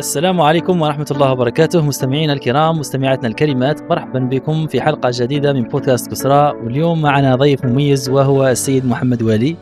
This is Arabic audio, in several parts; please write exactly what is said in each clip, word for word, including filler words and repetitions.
السلام عليكم ورحمة الله وبركاته مستمعينا الكرام مستمعاتنا الكريمات، مرحبا بكم في حلقة جديدة من بودكاست كسرى. واليوم معنا ضيف مميز وهو السيد محمد والي.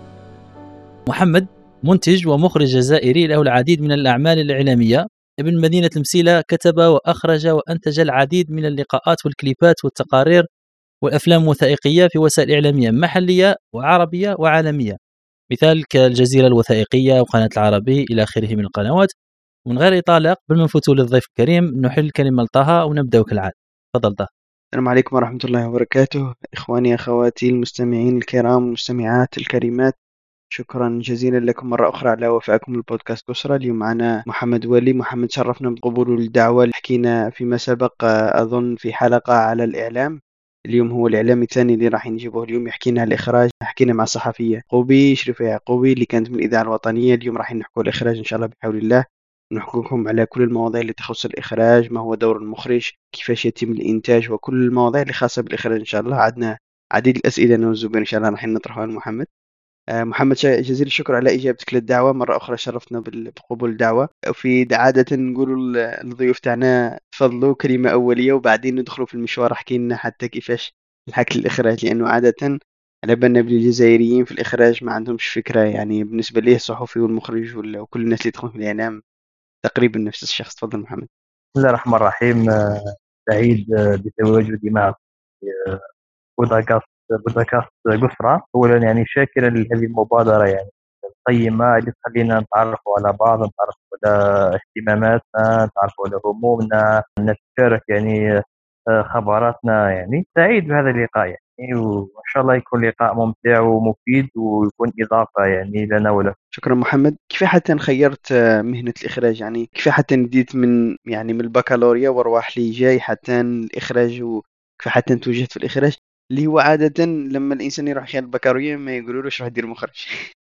محمد منتج ومخرج جزائري له العديد من الأعمال الإعلامية. ابن مدينة المسيلة كتب وأخرج وأنتج العديد من اللقاءات والكليبات والتقارير والأفلام الوثائقية في وسائل إعلامية محلية وعربية وعالمية، مثال كالجزيرة الوثائقية وقناة العربي إلى آخره من القنوات. ومن غير إطالة قبل ما نفوتوا للضيف الكريم نحل الكلمة لطه ونبدأ كالعادة. تفضل طه. السلام عليكم ورحمة الله وبركاته، إخواني أخواتي المستمعين الكرام المستمعات الكريمات، شكرا جزيلا لكم مرة أخرى على وفائكم البودكاست كسرى. اليوم معنا محمد والي. محمد شرفنا بقبول الدعوة. حكينا فيما سبق أظن في حلقة على الإعلام، اليوم هو الإعلام الثاني اللي راح نجيبه اليوم يحكينا على الإخراج. حكينا مع الصحفية قوبي شريفة يعقوبي اللي كانت من الإذاعة الوطنية. اليوم راح نحكوا الإخراج إن شاء الله بحول الله، نحكي لكم على كل المواضيع اللي تخص الإخراج، ما هو دور المخرج، كيفاش يتم الإنتاج، وكل المواضيع اللي خاصة بالإخراج إن شاء الله. عندنا عديد الأسئلة أنا والزبير إن شاء الله راح نطرحها لمحمد. آه، محمد شا- جزيل الشكر على إجابتك للدعوة مرة أخرى، شرفتنا بال- بقبول الدعوة. وفي عادة نقولوا ال- الضيوف تاعنا تفضلوا كلمة أولية وبعدين ندخلوا في المشوار. حكي لنا حتى كيفاش الحك الإخراج، لأنه عادة على بالنا بالجزائريين في الإخراج ما عندهمش فكرة، يعني بالنسبة ليه الصحفي والمخرج وال- وكل الناس اللي تدخل في الإعلام تقريبا نفس الشخص. تفضل محمد. بسم الله الرحمن الرحيم. آه، سعيد آه، بتواجدي معكم في آه، بودكاست بودكاست قسرة. أولا يعني شاكرا لهذه المبادرة يعني القيمة اللي تخلينا نتعرفوا على بعض، نتعرفوا على اهتماماتنا، نتعرفوا على همومنا، نتشارك يعني آه، خبراتنا. يعني سعيد بهذا اللقاء يعني، وإن شاء الله يكون لقاء ممتع ومفيد ويكون إضافة يعني لنا ولكم. شكرا محمد. كيف حتى خيرت آه، مهنة الإخراج؟ يعني كيف حتى نديت من يعني من البكالوريا وارواح لي جاي حتى الإخراج، وكيف حتى توجهت في الإخراج اللي هو عادة لما الإنسان يروح يخير البكالوريا ما يقولولوش روح دير مخرج.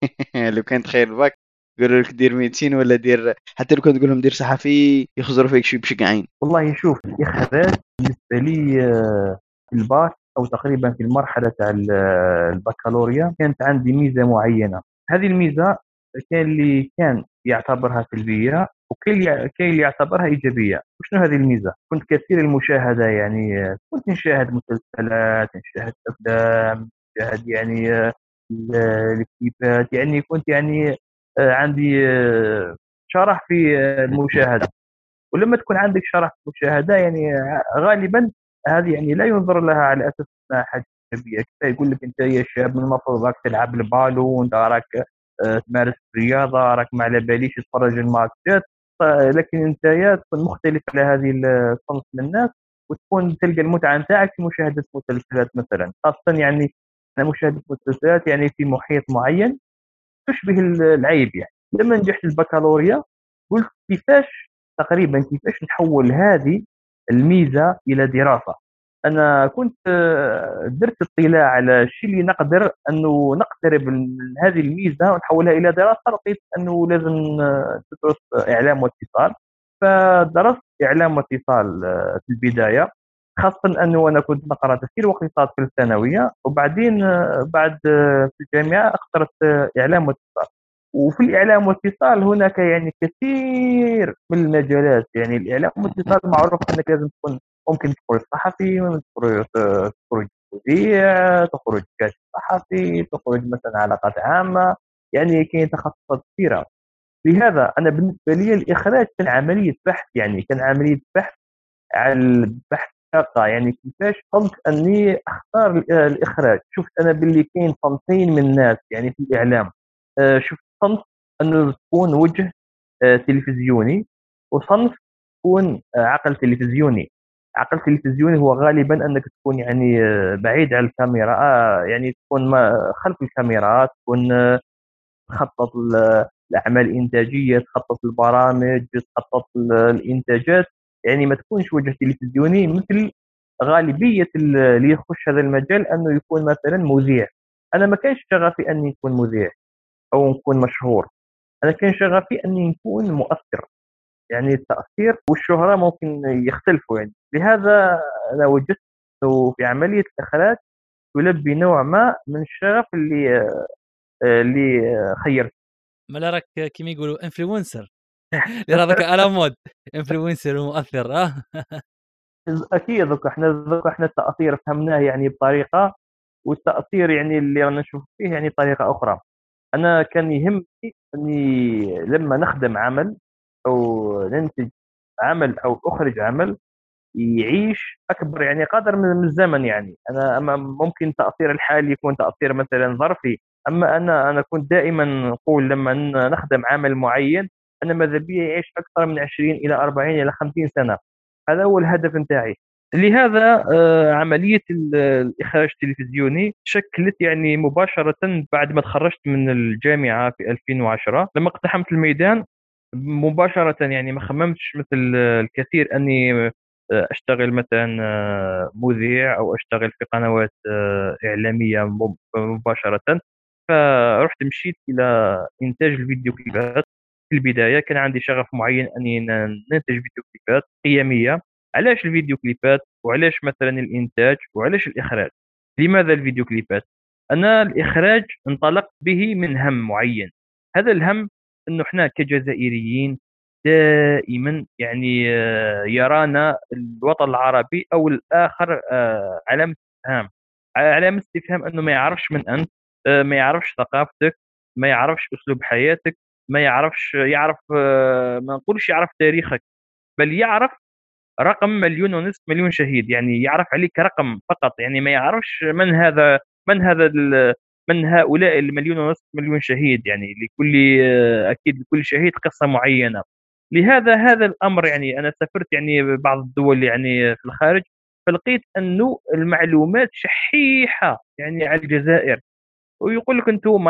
لو كان تخير الباك يقولوا لك دير ميديسين ولا دير، حتى لو كنت تقول لهم دير صحفي يخزروا فيك شي بشقعين. والله شوف، الإخراج بالنسبة لي آه، في الباك أو تقريبا في المرحلة تاع ال- آه، البكالوريا كانت عندي ميزة معينة. هذه الميزة كان اللي كان يعتبرها سلبية وكاين اللي كاين اللي يعتبرها إيجابية. وشنو هذه الميزة؟ كنت كثير المشاهدة يعني، آه، كنت نشاهد مسلسلات، نشاهد أفلام، نشاهد يعني آه، ال- الكليبات. يعني كنت يعني آه، عندي آه، شرح في آه، المشاهدة. ولما تكون عندك شرح مشاهده يعني غالبا هذه يعني لا ينظر لها على اساس انها حاجه ايجابيه. كيف يقول لك انت يا شاب من المفروض راك تلعب البالو وانت راك آه، تمارس الرياضه، راك ما على باليش تتفرج الماتشات. ف- لكن انت يا تكون مختلف على هذه الصنف من الناس، وتكون تلقى المتعه نتاعك في مشاهده مسلسلات مثلا، خاصه يعني أنا مشاهده مسلسلات يعني في محيط معين تشبه العيب. يعني لما نجحت البكالوريا قلت كيفاش تقريبا كيفاش نحول هذه الميزه الى دراسه. انا كنت آه، درت اطلاع على الشيء اللي نقدر انه نقترب من هذه الميزه ونحولها الى دراسه. لقيت انه لازم آه، تدرس اعلام واتصال. فدرست اعلام واتصال آه، في البدايه، خاصه انه انا كنت نقرا تفسير واقتصاد في الثانويه، وبعدين آه، بعد آه، في الجامعه اخترت آه، اعلام واتصال. وفي الإعلام والاتصال هناك يعني كثير من المجالات. يعني الإعلام والاتصال معروف أنك لازم تكون ممكن تخرج صحفي، ممكن تخرج تخرج مذيع، تخرج كاتب صحفي، تخرج مثلا علاقات عامة. يعني كاين تخصصات كثيرة. لهذا أنا بالنسبة لي الإخراج كان عملية بحث، يعني كان عملية بحث على البحث شاقة. يعني كيفاش قمت أني أختار ال- الإخراج. شفت أنا باللي كاين صنفين من الناس يعني في الإعلام. آه، شفت صنف انه تكون وجه آه، تلفزيوني، وصنف تكون آه، عقل تلفزيوني. عقل تلفزيوني هو غالبا انك تكون يعني آه، بعيد عن الكاميرا، آه، يعني تكون ما خلف الكاميرا، تكون آه، تخطط ال- الاعمال الانتاجيه، تخطط البرامج، تخطط ال- الانتاجات. يعني ما تكونش وجه تلفزيوني مثل غالبيه ال- اللي يخش هذا المجال انه يكون مثلا مذيع. انا ما كانش شغفي اني نكون مذيع او نكون مشهور. انا كان شغفي اني نكون مؤثر. يعني التاثير والشهره ممكن يختلفوا يعني. لهذا انا وجدت انه في عمليه الاخراج تلبي نوع ما من الشغف اللي اللي خيرت. ما لا راك كيما يقولوا انفلونسر. لأن هذاك على مود انفلونسر ومؤثر اه. أكيد دوكا إحنا دوكا إحنا التأثير فهمناه يعني بطريقة، والتأثير يعني اللي رانا نشوف فيه يعني بطريقة أخرى. أنا كان يهمني إني لمّا نخدم عمل أو ننتج عمل أو أخرج عمل يعيش أكبر يعني قدر من من الزمن يعني. أنا أما ممكن التأثير الحالي يكون تأثير مثلًا ظرفي، أما أنا أنا كنت دائمًا نقول لمّا ن نخدم عمل معيّن أنا ماذا بيا يعيش أكثر من عشرين إلى أربعين إلى خمسين سنة. هذا هو الهدف نتاعي. لهذا آآ عملية ال الإخراج التلفزيوني شكلت يعني مباشرةً بعد ما تخرجت من الجامعة في ألفين وعشرة. لمّا اقتحمت الميدان مباشرةً يعني ما خممتش مثل الكثير أني آآ أشتغل مثلًا آه، مذيع أو أشتغل في قنوات آه، إعلامية مب مباشرةً. فرُحت مشيت إلى إنتاج الفيديو كليبات. في البداية كان عندي شغف معيّن أني ن ننتج فيديو كليبات قيمية. علاش الفيديو كليبات وعلاش مثلًا الإنتاج وعلاش الإخراج؟ لماذا الفيديو كليبات؟ أنا الإخراج انطلقت به من هَم معيّن. هذا الهَم إنه إحنا كجزائريين دائمًا يعني آه، يرانا الوطن العربي أو الآخر آآ علامة استفهام. علامة استفهام إنه ما يعرفش من أنت، آآ ما يعرفش ثقافتك، ما يعرفش أسلوب حياتك، ما يعرفش يعرف آه، ما نقولش يعرف تاريخك، بل يعرف رقم مليون ونصف مليون شهيد. يعني يعرف عليك رقم فقط، يعني ما يعرفش من هذا من هذا ال من هؤلاء المليون ونصف مليون شهيد. يعني لكل آه، أكيد لكل شهيد قصة معينة. لهذا هذا الأمر يعني أنا سافرت يعني بعض الدول يعني في الخارج، فلقيت أنه المعلومات شحيحة يعني على الجزائر. ويقول لك أنتم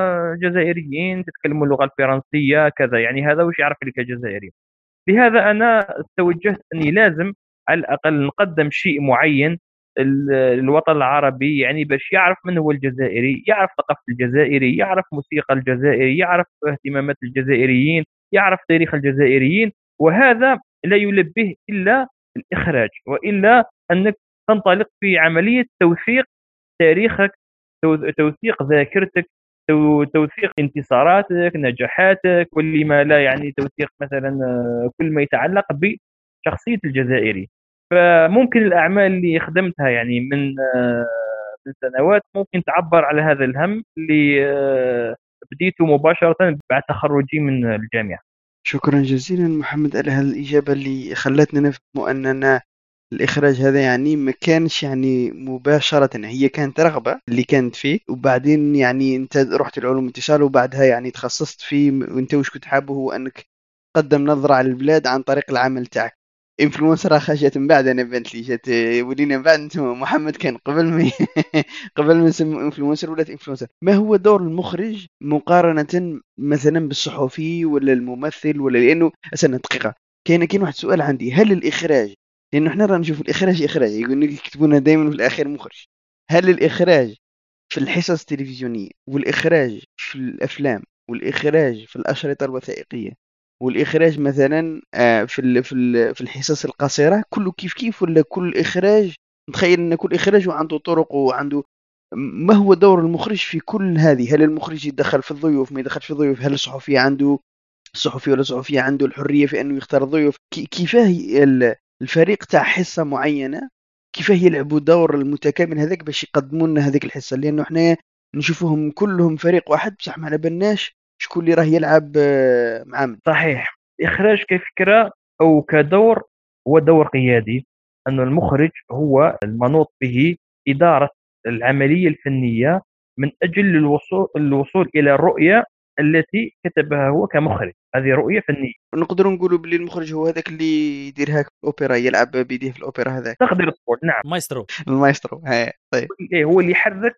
جزائريين تتكلموا اللغة الفرنسية كذا، يعني هذا واش يعرف لك جزائري. لهذا أنا توجهت أني لازم على الأقل نقدّم شيء معيّن ل للوطن العربي، يعني باش يعرف من هو الجزائري، يعرف ثقافة الجزائري، يعرف موسيقى الجزائري، يعرف اهتمامات الجزائريين، يعرف تاريخ الجزائريين. وهذا لا يلبيه إلا الإخراج، وإلا أنك تنطلق في عملية توثيق تاريخك، تو توثيق ذاكرتك، تو توثيق انتصاراتك، نجاحاتك، ولِمَ لا يعني توثيق مثلًا آه، كل ما يتعلق بشخصية الجزائري. فممكن الأعمال اللي خدمتها يعني من آه، من سنوات ممكن تعبّر على هذا الهَم اللي آه، بديته مباشرةً بعد تخرُّجي من الجامعة. شكرا جزيلا محمد على هذه الإجابة اللي خلتنا نفهم أننا الإخراج هذا يعني ما كانش يعني مباشرة، هي كانت رغبة اللي كانت فيه، وبعدين يعني أنت رحت العلوم الاتصال وبعدها يعني تخصصت فيه، وأنت وش كنت حابه هو أنك تقدم نظرة على البلاد عن طريق العمل تاعك. انفلونسر اخا جات من بعد، انا بانت لي جات ولينا من بعد. انتم محمد كان قبل ما ي- قبل ما نسمي انفلونسر ولات انفلونسر. ما هو دور المخرج مقارنة مثلا بالصحفي ولا الممثل؟ ولا لانه استنى دقيقة، كاين كاين واحد السؤال عندي، هل الإخراج، لأنه إحنا رانا نشوف الإخراج إخراج يقول لك يكتبونها دائما في الأخير مخرج، هل الإخراج في الحصص التلفزيونية والإخراج في الأفلام والإخراج في الأشرطة الوثائقية والإخراج مثلا آه، في ال- في ال- في الحصص القصيرة كله كيف كيف، ولا كل إخراج نتخيل أن كل إخراج وعنده طرق وعنده، ما هو دور المخرج في كل هذه؟ هل المخرج يتدخل في الضيوف ما يدخلش في الضيوف؟ هل الصحفي عنده الصحفي ولا الصحفية عنده الحرية في أنه يختار الضيوف؟ كي- كيفاه ي- ال- الفريق تاع حصة معينة كيفاه يلعبوا دور المتكامل هذاك باش يقدموا لنا هذيك الحصة؟ لأنه احنا نشوفوهم كلهم فريق واحد بصح ما على بالناش شكون اللي راه يلعب آه، مع من. صحيح. الإخراج كفكرة أو كدور هو دور قيادي. أن المخرج هو المنوط به إدارة العملية الفنية من أجل الوصول الوصول إلى الرؤية التي كتبها هو كمخرج. هذه رؤية فنية. نقدروا نقولوا بلي المخرج هو هذاك اللي يديرها في الأوبرا، يلعب بيديه في الأوبرا هذاك. تقدر تقول نعم. مايسترو. المايسترو ها طيب. إيه، هو اللي يحرك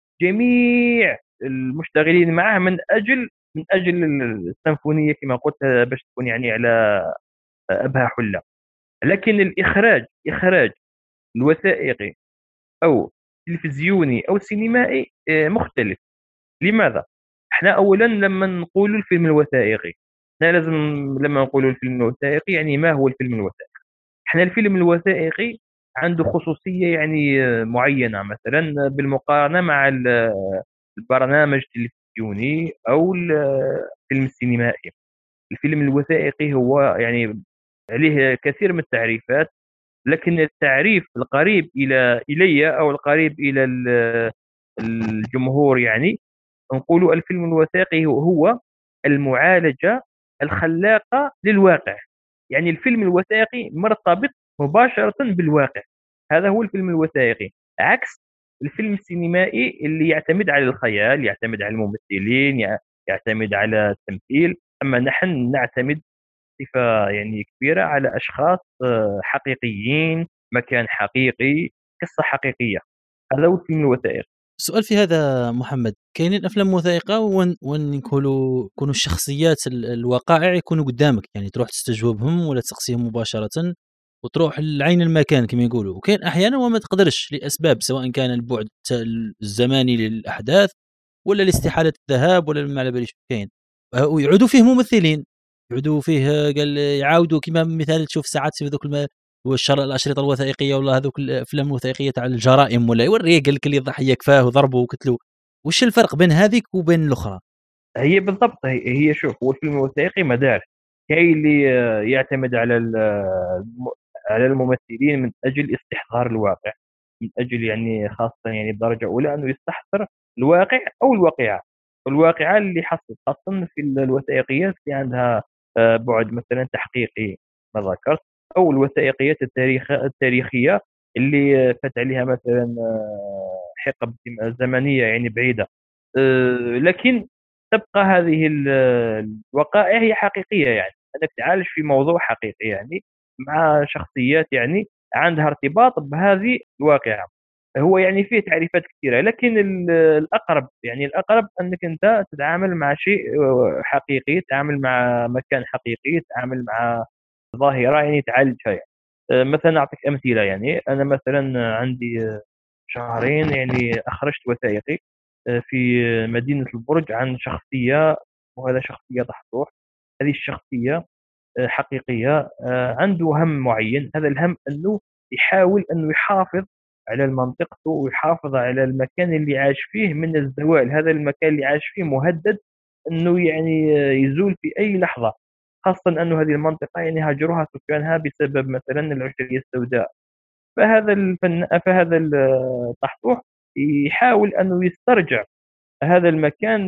جميع المشتغلين معه من أجل من أجل السيمفونية كما قلت باش تكون يعني على أبهى حلة. لكن الإخراج إخراج الوثائقي أو التلفزيوني أو السينمائي آه، مختلف. لماذا؟ احنا أولا لما نقول الفيلم الوثائقي، احنا لازم لما نقول الفيلم الوثائقي يعني ما هو الفيلم الوثائقي؟ احنا الفيلم الوثائقي عنده خصوصية يعني آه، معينة مثلا بالمقارنة مع ال- البرنامج التلفزيوني أو الفيلم السينمائي. الفيلم الوثائقي هو يعني عليه كثير من التعريفات، لكن التعريف القريب إلى إلي أو القريب إلى ال- الجمهور يعني نقول الفيلم الوثائقي هو هو المعالجة الخلاقة للواقع. يعني الفيلم الوثائقي مرتبط مباشرة بالواقع، هذا هو الفيلم الوثائقي، عكس الفيلم السينمائي اللي يعتمد على الخيال، يعتمد على الممثلين، يع- يعتمد على التمثيل. أما نحن نعتمد بصفة يعني كبيرة على أشخاص آه، حقيقيين، مكان حقيقي، قصة حقيقية. هذا هو الفيلم الوثائقي. السؤال في هذا محمد، كاينين افلام وثائقه وين وين يكونوا يكونوا الشخصيات ال- الوقائع يكونوا قدامك، يعني تروح تستجوبهم ولا تسقسيهم مباشره وتروح لعين المكان كما يقولوا، وكاين احيانا وما تقدرش لاسباب سواء كان البعد الت- الزماني للاحداث ولا لاستحاله الذهاب ولا ما على باليش كاين. أه، ويعودوا فيه ممثلين، يعودوا فيه آه، قال يعاودوا كما مثال تشوف ساعات في ذوك الم... والشر الاشرطه الوثائقيه ولا هذوك الافلام الوثائقيه تاع الجرائم ولا يوريك قال لك اللي ضحيه كفاه وضربه وقتلوه. وش الفرق بين هذيك وبين الاخرى؟ هي بالضبط، هي هي شوف، هو الفيلم الوثائقي مدار، كاين اللي آه، يعتمد على ال- الم- على الممثلين من اجل استحضار الواقع، من اجل يعني خاصه يعني بدرجه اولى انه يستحضر الواقع او الواقعه. الواقعه اللي حصلت خاصه في ال- الوثائقيات اللي عندها آه، بعد مثلا تحقيقي ما ذكرت، او الوثائقيات التاريخ التاريخيه اللي آه، فات عليها مثلا آه، حقب زمنيه يعني بعيده. آه، لكن تبقى هذه ال- الوقائع هي حقيقية، يعني أنك تعالج في موضوع حقيقي يعني مع شخصيات يعني عندها ارتباط بهذه الواقعة. هو يعني فيه تعريفات كثيرة، لكن ال- الأقرب يعني الأقرب أنك أنت تتعامل مع شيء آه، حقيقي، تتعامل مع مكان حقيقي، تتعامل مع ظاهرة يعني تعالجها يعني. آه، مثلا أعطيك أمثلة، يعني أنا مثلا عندي آه، شهرين يعني أخرجت وثائقي آه، في مدينة البرج عن شخصية، وهذا شخصية دحروح. هذه الشخصية آه، حقيقية، آه، عنده هم معين، هذا الهم أنه يحاول أنه يحافظ على منطقته ويحافظ على المكان اللي عاش فيه من الزوال. هذا المكان اللي عاش فيه مهدد أنه يعني آه، يزول في أي لحظة، خاصة أن هذه المنطقة يعني هاجرها سكانها بسبب مثلا العنصرية السوداء. فهذا الفن فهذا الطحطوح يحاول أنه يسترجع هذا المكان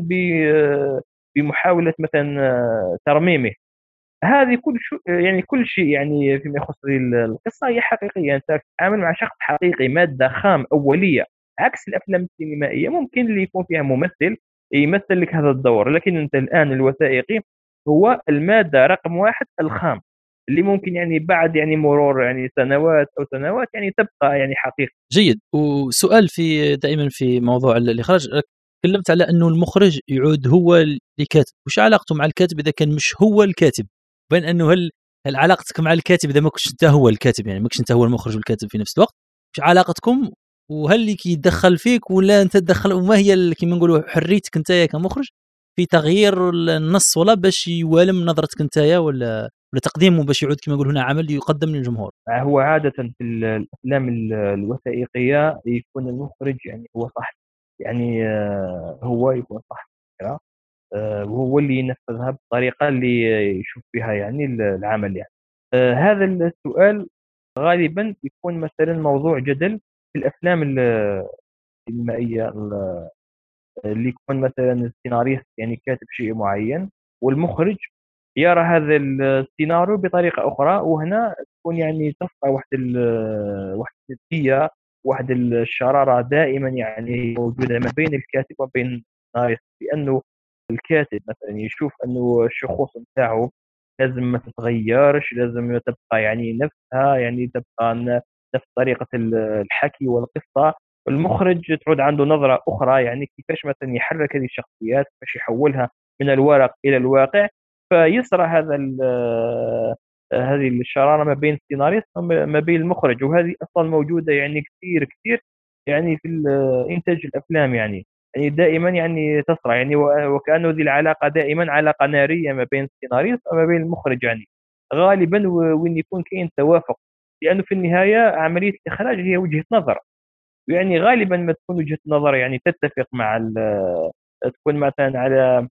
ب- بمحاولة مثلا ترميمه. هذه كل شيء يعني كل شيء يعني فيما يخص القصة هي حقيقية، أنت تتعامل مع شخص حقيقي، مادة خام أولية، عكس الأفلام السينمائية ممكن اللي يكون فيها ممثل يمثل لك هذا الدور، لكن أنت الآن الوثائقي هو المادة رقم واحد الخام، اللي ممكن يعني بعد يعني مرور يعني سنوات أو سنوات يعني تبقى يعني حقيقة. جيد. وسؤال في دائما في موضوع ال- الاخراج، تكلمت على انه المخرج يعود هو اللي كاتب، وش علاقته مع الكاتب اذا كان مش هو الكاتب؟ بين انه هل هل علاقتك مع الكاتب اذا ما كنتش انت هو الكاتب، يعني ما كنتش انت هو المخرج والكاتب في نفس الوقت، وش علاقتكم؟ وهل اللي كيدخل فيك ولا انت تدخل؟ وما هي ال- كيما نقولوا حريتك انت كمخرج في تغيير النص ولا باش يوالم نظرتك انت ولا ولا تقديمه باش يعود كما نقول هنا عمل يقدم للجمهور؟ هو عادة في ال- الأفلام ال- الوثائقية يكون المخرج يعني هو صح، يعني آه، هو يكون صح الفكرة، آه، وهو اللي ينفذها بالطريقة اللي يشوف بها يعني ال- العمل يعني. آه، هذا السؤال غالبا يكون مثلا موضوع جدل في الأفلام ال- السينمائية، ال- اللي يكون مثلا السيناريست يعني كاتب شيء معين، والمخرج يرى هذا السيناريو بطريقة أخرى، وهنا تكون يعني تبقى واحد ال- واحد الندية، واحد الشرارة دائما يعني موجودة ما بين الكاتب وبين السيناريست، لأنه الكاتب مثلا يشوف أنه الشخوص نتاعو لازم ما تتغيرش، لازم تبقى يعني نفسها، يعني تبقى ن- نفس طريقة ال- الحكي والقصة. المخرج تعود عنده نظرة أخرى، يعني كيفاش مثلا يحرك هذه الشخصيات، كيفاش يحولها من الورق إلى الواقع. فيصرى هذا ال- آه، هذه الشرارة ما بين السيناريست وما بين المخرج، وهذه أصلا موجودة يعني كثير كثير يعني في ال- آه، إنتاج الأفلام يعني. يعني دائما يعني تصرى يعني و- وكأنه ذي العلاقة دائما علاقة نارية ما بين السيناريست وما بين المخرج يعني، غالبا و- وين يكون كاين توافق، لأنه في النهاية عملية الإخراج هي وجهة نظر، يعني غالبا ما تكون وجهة نظر يعني تتفق مع ال- تكون مثلا على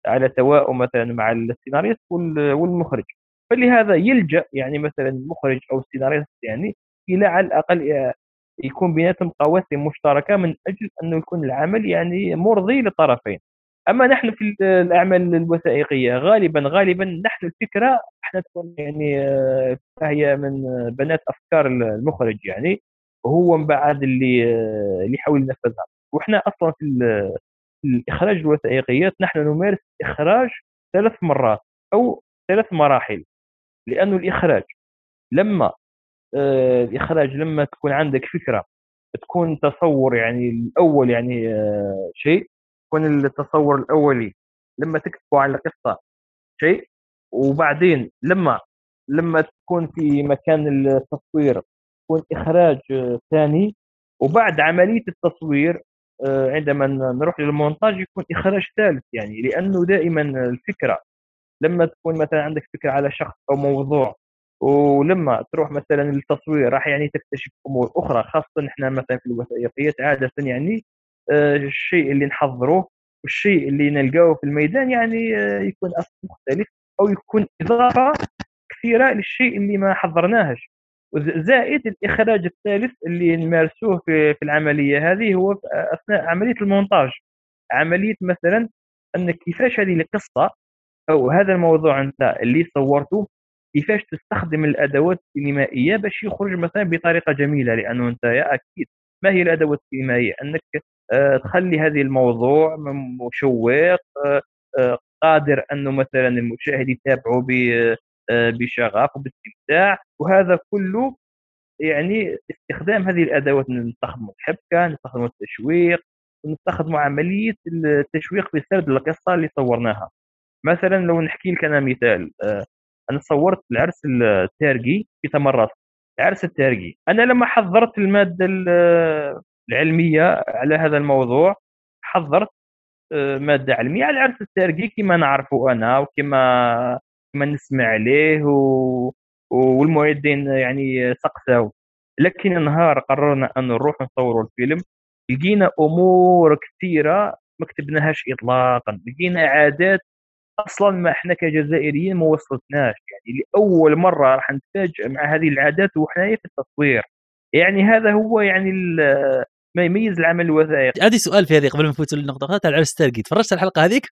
على سواء مثلا مع السيناريست والمخرج. فلهذا يلجأ يعني مثلا المخرج أو السيناريست يعني إلى على الأقل يكون بيناتهم قواسم مشتركة من أجل أنه يكون العمل يعني مرضي للطرفين. أما نحن في الأعمال الوثائقية غالبا غالبا نحن الفكرة احنا تكون يعني هي من بنات أفكار المخرج يعني، وهو من بعد اللي اللي يحاول ينفذها. وإحنا أصلا في الإخراج الوثائقيات نحن نمارس إخراج ثلاث مرات أو ثلاث مراحل. لأنه الإخراج لما آه الإخراج لما تكون عندك فكرة، تكون تصور يعني الأول يعني آه شيء، يكون التصور الأولي لما تكتبه على القصة شيء، وبعدين لما لما تكون في مكان التصوير يكون إخراج آه ثاني، وبعد عملية التصوير آه عندما نروح للمونتاج يكون إخراج ثالث. يعني لأنه دائما الفكرة لما تكون مثلا عندك فكرة على شخص أو موضوع، ولما تروح مثلا للتصوير راح يعني تكتشف امور اخرى، خاصه احنا مثلا في الوثائقيات عاده يعني آه الشيء اللي نحضروه والشيء اللي نلقاه في الميدان يعني آه يكون مختلف او يكون اضافه كثيره للشيء اللي ما حضرناهش. زائد الاخراج الثالث اللي نمارسوه في, في العمليه هذه هو اثناء عمليه المونتاج. عمليه مثلا انك كيفاش هذه القصه او هذا الموضوع انت اللي صورته كيفاش تستخدم الادوات السينمائيه باش يخرج مثلا بطريقه جميله. لانه انت يا اكيد ما هي الادوات السينمائيه؟ انك آه تخلي هذه الموضوع مشوق آه آه قادر انه مثلا المشاهد يتابعه آه بشغف وباستمتاع. وهذا كله يعني استخدام هذه الادوات، نستخدم الحبكه، نستخدم التشويق، ونستخدم عمليه التشويق في سرد القصه اللي صورناها. مثلا لو نحكي لك انا مثال، آه انا صورت العرس التارقي في تمرس. العرس التارقي انا لما حضرت الماده العلميه على هذا الموضوع، حضرت آه ماده علميه على العرس التارقي كما نعرفه انا وكما كما نسمع عليه و... والمعدين يعني سقساو. لكن النهار قررنا ان نروح نصوروا الفيلم، لقينا امور كثيره ما كتبناهاش اطلاقا. لقينا عادات اصلا ما احنا كجزائريين ما وصلتناش. يعني لاول مره راح نتفاجئ مع هذه العادات وحنا في التصوير. يعني هذا هو يعني ما يميز العمل الوثائقي. عندي سؤال في هذه قبل ما نفوت للنقطه تاع العرس التارقي. تفرجت على الحلقه هذيك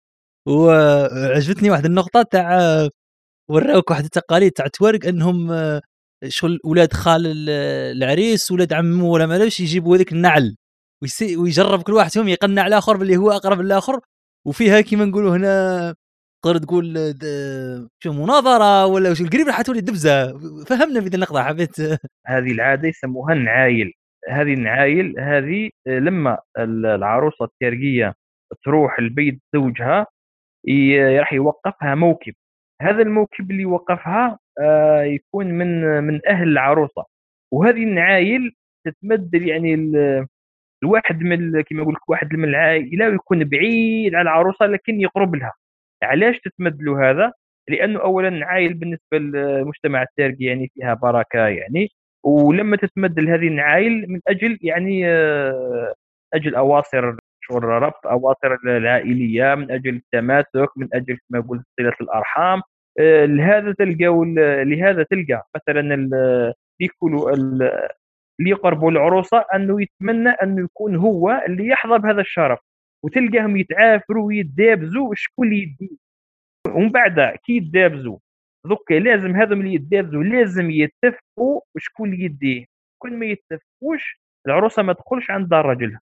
وعجبتني واحد النقطه تاع وراوك واحد التقاليد تاع تورق انهم شغل اولاد خال العريس ولاد عمه ولا ما لهش يجيبوا هذيك النعل ويجرب كل واحد فيهم يقنع على الاخر باللي هو اقرب للاخر. وفيها كيما نقولوا هنا تقدر تقول شو مناظره ولا شو القريب راح تولي دبزه. فهمنا في النقطه حبيت. هذه العاده يسموها النعايل. هذه النعايل هذه لما العروسه التارقيه تروح لبيت زوجها راح يوقفها موكب. هذا الموكب اللي يوقفها آه يكون من من اهل العروسه. وهذه النعايل تتمدل يعني الواحد من كما يقول لك واحد من العائله ويكون بعيد على العروسه لكن يقرب لها. علاش تتمدلوا هذا؟ لانه اولا النعايل بالنسبه للمجتمع التارقي يعني فيها بركه يعني. ولما تتمدل هذه النعايل من اجل يعني آه اجل اواصر شغل ربط اواصر العائليه، من اجل التماسك، من اجل كما يقول صله الارحام. آه لهذا تلقى لهذا تلقى مثلا يقولوا اللي يقربوا العروسه انه يتمنى انه يكون هو اللي يحظى بهذا الشرف. وتلقاهم يتعافروا ويتدابزوا شكون اللي يدي. ومن بعد كي يتدابزوا دوك لازم هذم اللي يتدابزوا لازم يتفقوا شكون اللي يديه. كل ما يتفقوش العروسه ما تدخلش عند دار رجلها.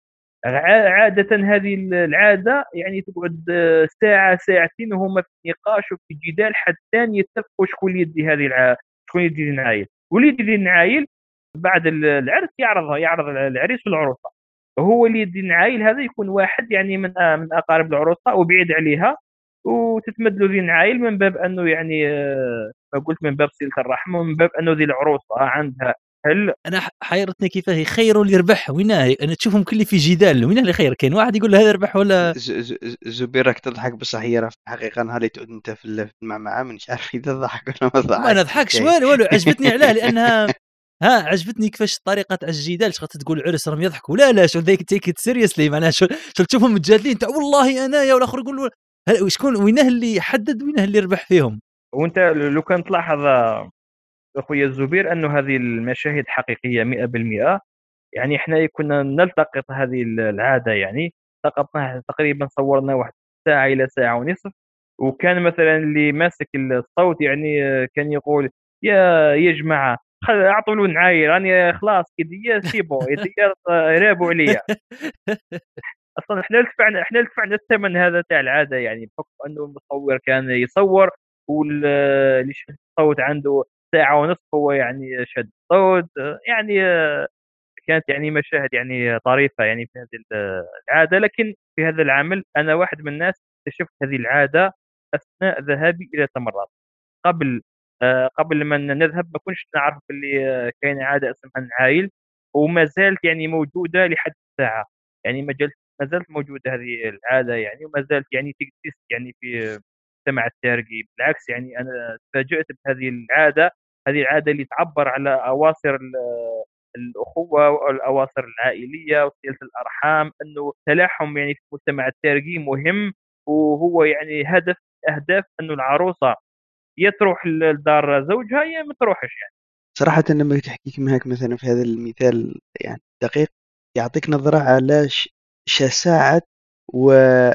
عاده هذه العاده يعني تقعد ساعه ساعتين وهما في نقاش وفي جدال حتى يتفقوا شكون اللي يدي هذه الع... شكون يدي النعايل. واللي يدي النعايل بعد العرس يعرضها يعرض العريس والعروسه. هو اللي يدي النعايل هذا يكون واحد يعني من من اقارب العروسه وبعيد عليها، وتتمدلوا ذي النعايل من باب انه يعني ما قلت من باب صله الرحم ومن باب انه ذي العروسه عندها. هل انا حيرتني كيفاه يخيروا اللي يربح ويناه؟ انا تشوفهم كل في جدال وين اللي خير؟ كاين واحد يقول له هذا يربح ولا زبيرك تضحك بس هي في الحقيقه هذه تقول انت في المعمعه مش عارف اذا ضحك ولا ما ضحك. ما نضحكش والو والو عجبتني علاه لانها ها عجبتني كيفاش الطريقه تاع الجدال. شغلت تقول عرس راهم يضحكوا لا لا شو ذيك تيك سيريسلي معناها شو تشوفهم متجادلين تاع والله انا يا والاخر يقول هل وشكون وينه اللي يحدد وينه اللي يربح فيهم؟ وانت لو كان تلاحظ اخويا الزبير انه هذه المشاهد حقيقيه مئة بالمئة. يعني احنا كنا نلتقط هذه العاده، يعني التقطناها تقريبا، صورنا واحد ساعه الى ساعه ونصف. وكان مثلا اللي ماسك الصوت يعني آه، كان يقول: يا يا جماعه خل اعطوا له نعاير راني خلاص يديا سي بون يديا رابوا عليا. اصلا احنا دفعنا احنا دفعنا الثمن هذا تاع العاده، يعني بحكم انه المصور كان يصور، واللي شد الصوت عنده ساعه ونصف هو يعني شد الصوت. يعني كانت يعني مشاهد يعني طريفه يعني في هذه ال- العاده. لكن في هذا العمل انا واحد من الناس اكتشفت هذه العاده اثناء ذهابي الى تمرات. قبل آه، قبل ما نذهب ما كنتش نعرف باللي آه، كاينه عاده اسمها العايل، وما زالت يعني موجوده لحد الساعه. يعني ما زالت ما زالت موجوده هذه العاده يعني، وما زالت يعني تكزيست يعني في مجتمع التارجي. بالعكس يعني انا تفاجأت بهذه العاده. هذه العاده اللي تعبر على اواصر ال- الاخوه والاواصر العائليه وصله الارحام، انه التلاحم يعني في المجتمع التارجي مهم. وهو يعني هدف اهداف انه العروسه يا تروح ل لدار زوجها يا ما تروحش يعني. صراحة لما تحكي كيما هاك مثلا في هذا المثال يعني دقيق، يعطيك نظرة على ش- شساعة وغنى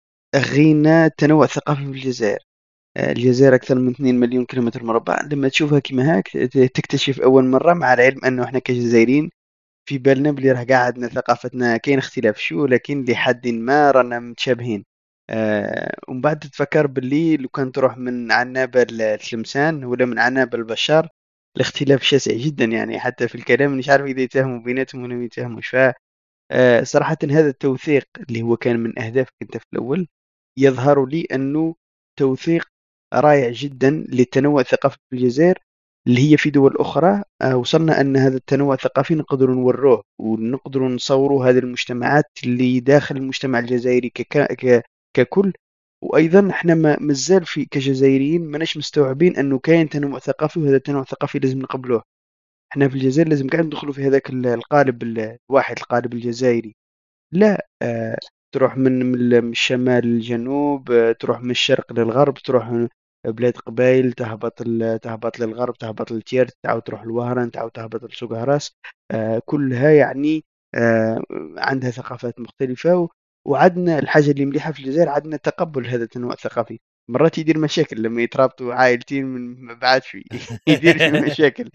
التنوع الثقافي في الجزائر. آه، الجزائر أكثر من اثنين مليون كيلومتر مربع. لما تشوفها كيما هاك ت- تكتشف أول مرة، مع العلم أنه إحنا كجزائريين في بالنا بلي راه قاعد عندنا ثقافتنا كاين اختلاف شو، لكن لحد ما رانا متشابهين. آه ومن بعد تتفكر باللي لو كان تروح من عنابة لتلمسان ولا من عنابة لبشار، الاختلاف شاسع جدا، يعني حتى في الكلام مش عارف إذا يتفهموا بيناتهم ولا ما يتفهموش. آه، صراحةً هذا التوثيق اللي هو كان من أهدافك أنت في الأول، يظهر لي أنه توثيق رائع جدًا للتنوع الثقافي في الجزائر، اللي هي في دول أخرى آآ وصلنا أن هذا التنوع الثقافي نقدروا نوروه ونقدروا نصوروا هذه المجتمعات اللي داخل المجتمع الجزائري كك ك ككل. وأيضًا إحنا ما مازال في كجزائريين ماناش مستوعبين أنه كاين تنوع ثقافي، وهذا التنوع الثقافي لازم نقبلوه. إحنا في الجزائر لازم قاعد ندخلوا في هذاك ال القالب ال الواحد، القالب الجزائري. لا آآ تروح من من ال من الشمال للجنوب، آه، تروح من الشرق للغرب، تروح م بلاد قبايل، تهبط ل تهبط للغرب، تهبط لتيرت، تعاود تروح لوهران، تعاود تهبط لسوق هراس. آآ كلها يعني آآ عندها ثقافات مختلفة. و وعندنا الحاجة اللي مليحة في الجزائر، عندنا تقبُّل هذا التنوع الثقافي. مرات يدير مشاكل لمّا يترابطوا عائلتين من ما بعدش يدير في مشاكل.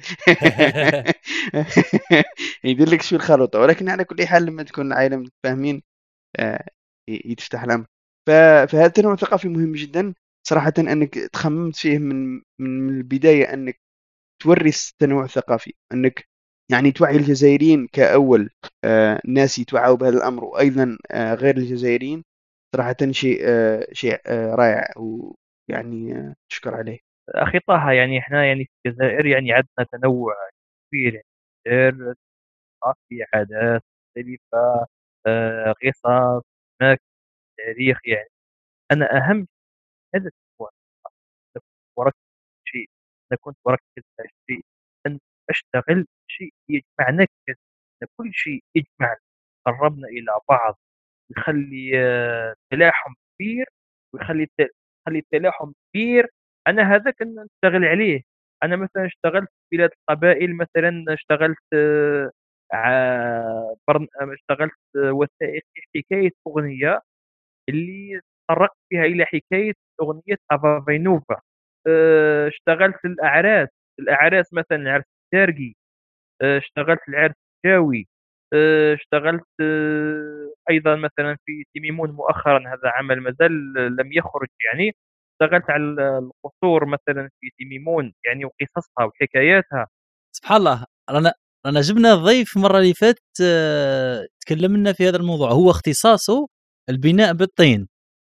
يدير لك شوية الخلطة، ولكن على كل حال لمّا تكون عائلة متفاهمين آآ ي يتفتح الأمر. ف فهذا التنوع الثقافي مهم جدًا صراحةً، أنك تخممت فيه من من من البداية، أنك تورّث التنوع الثقافي، أنك يعني توعي الجزائريين كأول آآ ناس يتوعوا بهذا الأمر، وأيضًا آآ غير الجزائريين. صراحةً شيء آآ شيء آآ رائع، ويعني آه، تُشكر عليه. أخي طه، يعني إحنا يعني في الجزائر يعني عندنا تنوع كبير يعني. الجزائر ثقافي، عادات مختلفة، آآ قصص، أماكن، تاريخ يعني. أنا أهم هذا التنوع. أنا كنت أركز شيء أنا كنت أركز على شيء أن أشتغل شيء يجمعنا كجزائر. كل شيء يجمعنا، قربنا إلى بعض، يخلّي آه، تلاحم كبير، ويخلّي الت يخلّي التلاحم كبير. أنا هذا كنا نشتغل عليه. أنا مثلًا اشتغلت في بلاد القبائل، مثلًا اشتغلت آه، ع برن اشتغلت آه، وثائقي حكاية أغنية اللي تطرقت فيها إلى حكاية أغنية أفا فينوفا. آآ اشتغلت الأعراس، الأعراس مثلًا العرس التارجي. آآ اشتغلت العرس الجاوي. آآ اشتغلت آه، أيضًا مثلًا في تيميمون مؤخرًا، هذا عمل ما زال لم يخرج يعني. اشتغلت على ال القصور مثلًا في تيميمون يعني، وقصصها وحكاياتها. سبحان الله. رانا رانا جبنا ضيف المرة اللي فاتت آآ تكلمنا في هذا الموضوع، هو اختصاصه البناء بالطين.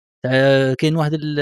آآ كاين واحد ال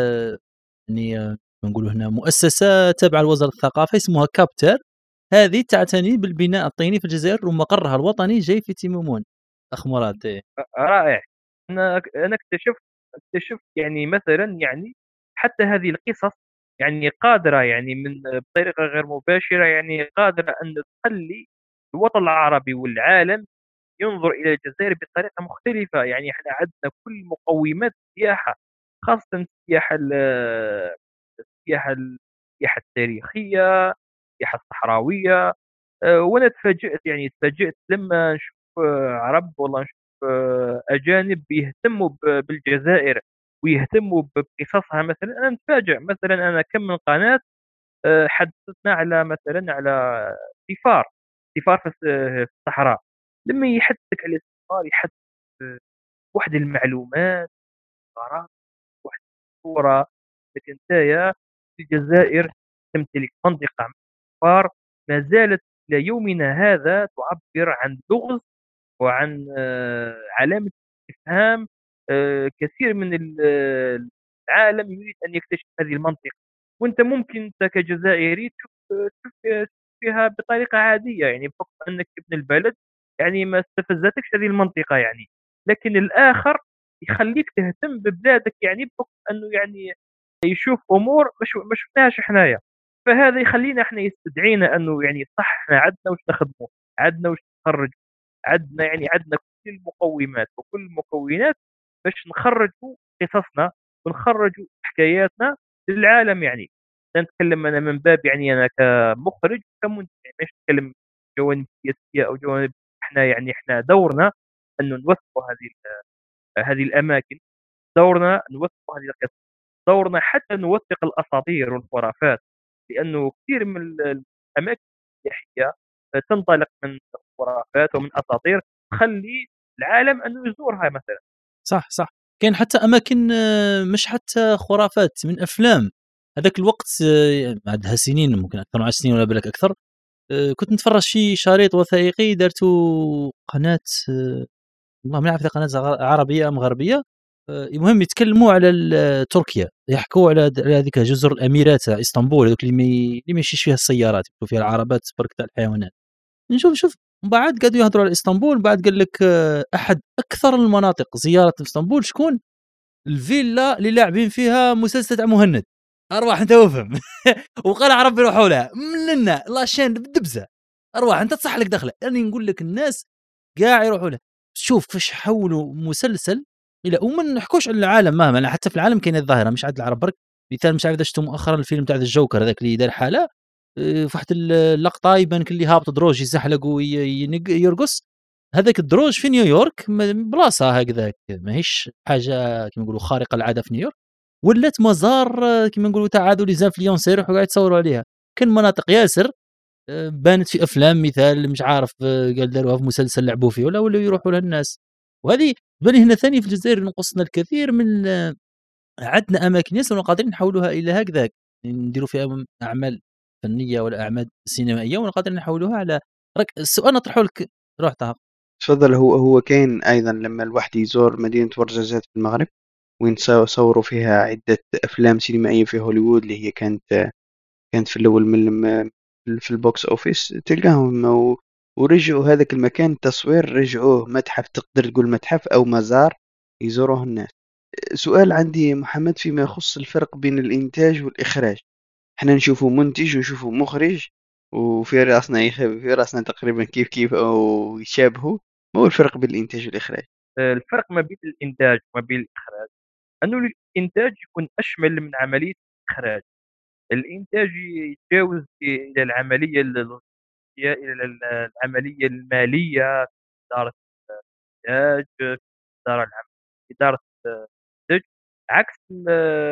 يعني آه، نقولوا هنا مؤسسة تابعة لوزارة الثقافة اسمها كابتر، هذه تعتني بالبناء الطيني في الجزائر ومقرها الوطني جاي في تيمومون. أخ مراد إيه. أ رائع. أنا ك أنا اكتشفت اكتشفت يعني مثلًا يعني حتى هذه القصص يعني قادرة يعني من بطريقة غير مباشرة، يعني قادرة أن تخلّي الوطن العربي والعالم ينظر إلى الجزائر بطريقة مختلفة. يعني إحنا عندنا كل مقومات السياحة. خاصةً السياحة ال السياحة ال السياحة التاريخية، السياحة الصحراوية. آآ وأنا تفاجأت يعني تفاجأت لمّا نشوف آه، عرب والّا نشوف آه، أجانب يهتموا ب بالجزائر ويهتموا ب بقصصها مثلًا. أنا نتفاجأ مثلًا أنا كم من قناة آآ حدّثتنا على مثلًا على صفار، صفار في الص في الصحراء. لمّا يحدّثك على صفار يحدّث بواحد المعلومات غرا واحد الصورة أنك أنتيا في الجزائر تمتلك منطقة من الصفار ما زالت إلى يومنا هذا تعبّر عن لغز وعن آه، علامة استفهام. آآ كثير من ال آه، العالم يريد أن يكتشف هذه المنطقة، وأنت ممكن أنت كجزائري تشوف تشوف تشوف فيها بطريقة عادية يعني بحكم أنك ابن البلد، يعني ما استفزتكش هذه المنطقة يعني. لكن الآخر يخلّيك تهتم ببلادك يعني بحكم أنه يعني يشوف أمور ما ش ما شفناهاش حنايا. فهذا يخلّينا إحنا يستدعينا أنه يعني صح إحنا عندنا واش نخدموا، عندنا واش نخرّجوا، عندنا يعني عندنا كل المقومات وكل المكونات باش نخرّجوا قصصنا ونخرّجوا حكاياتنا للعالم يعني. لا نتكلم أنا من باب يعني أنا كمخرج كمنتج يعني مانيش نتكلم جوانب سياسية أو جوانب. إحنا يعني إحنا دورنا أنه نوثقوا هذه ال هذه الأماكن، دورنا نوثقوا هذه القصص، دورنا حتى نوثق الأساطير والخرافات. لأنه كثير من ال الأماكن السياحية تنطلق من خرافات ومن أساطير تخلّي العالم أنه يزورها مثلًا. صح، صح. كاين حتى أماكن آه، مش حتى خرافات، من أفلام. هذاك الوقت آه، عندها سنين، ممكن أكثر من عشر سنين ولا بالك أكثر. آآ كنت نتفرج في شريط وثائقي دارته قناة آه، والله ما نعرف إذا قناة غ عربية أم غربية. آآ المهم يتكلموا على ال تركيا، يحكوا على د على هذيك جزر الأميرات، إسطنبول، هذوك اللي ما ي اللي ما يمشيش فيها السيارات، يمشوا فيها العربات برك تاع الحيوانات. نشوف شوف من بعد قعدوا يهضروا على إسطنبول، من بعد قال لك آه، أحد أكثر المناطق زيارة في إسطنبول شكون؟ الفيلا اللي لاعبين فيها مسلسل تاع مهند. أرواح أنت وافهم. وقال ربي يروحوا لها ملنا لاشين بالدبزة. أرواح أنت تصح لك دخله، لأني نقول لك الناس كاع يروحوا له. شوف كيفاش حولوا مسلسل الى وما نحكوش على العالم مهما، لا حتى في العالم كاينه الظاهره مش عاد العرب برك. مثال مش عارف اذا شفتوا مؤخرا الفيلم تاع الجوكر هذاك اللي دار حاله. آه، في واحد اللقطه يبان كل اللي هابط دروج يزحلق ويرقص. هذاك الدروج في نيويورك م- بلاصه هكذاك ماهيش حاجه كما نقولوا خارقه العاده في نيويورك. ولات مزار آه، كما نقولوا تاع هذو لي زانفلونسير يروحوا قاعد يتصوروا عليها. كان مناطق ياسر آه، بانت في افلام مثال مش عارف آه، قال داروها في مسلسل لعبوا فيه ولا ولاو يروحوا لها الناس. وهذه تبان هنا ثاني في الجزائر نقصنا الكثير من آه، عندنا اماكن ياسر قادرين نحولوها الى هكذاك، نديروا فيها م- اعمال فنيه ولا اعمال سينمائيه وقادرين نحولوها على راك السؤال نطرحه لك. روح طه. تفضل. هو هو كاين أيضا لما الواحد يزور مدينة ورزازات في المغرب، وين صا- صوروا فيها عدة أفلام سينمائية في هوليوود اللي هي كانت كانت في الأول من الم- في البوكس أوفيس تلقاهم و- ورجعوا هذاك المكان التصوير رجعوه متحف، تقدر تقول متحف أو مزار يزوروه الناس. سؤال عندي يا محمد فيما يخص الفرق بين الإنتاج والإخراج. احنا نشوفه منتج ونشوفه مخرج، وفي راسنا يخ... في راسنا تقريبا كيف كيف أو يشابهوا. ما هو الفرق بين الإنتاج والإخراج؟ آآ الفرق ما بين الإنتاج وما بين الإخراج أنه الإنتاج يكون أشمل من عملية الإخراج. الإنتاج يتجاوز إلى العملية اللوجستية، إلى ال العملية المالية، إدارة الإنتاج، إدارة العمل، إدارة الإنتاج، عكس ال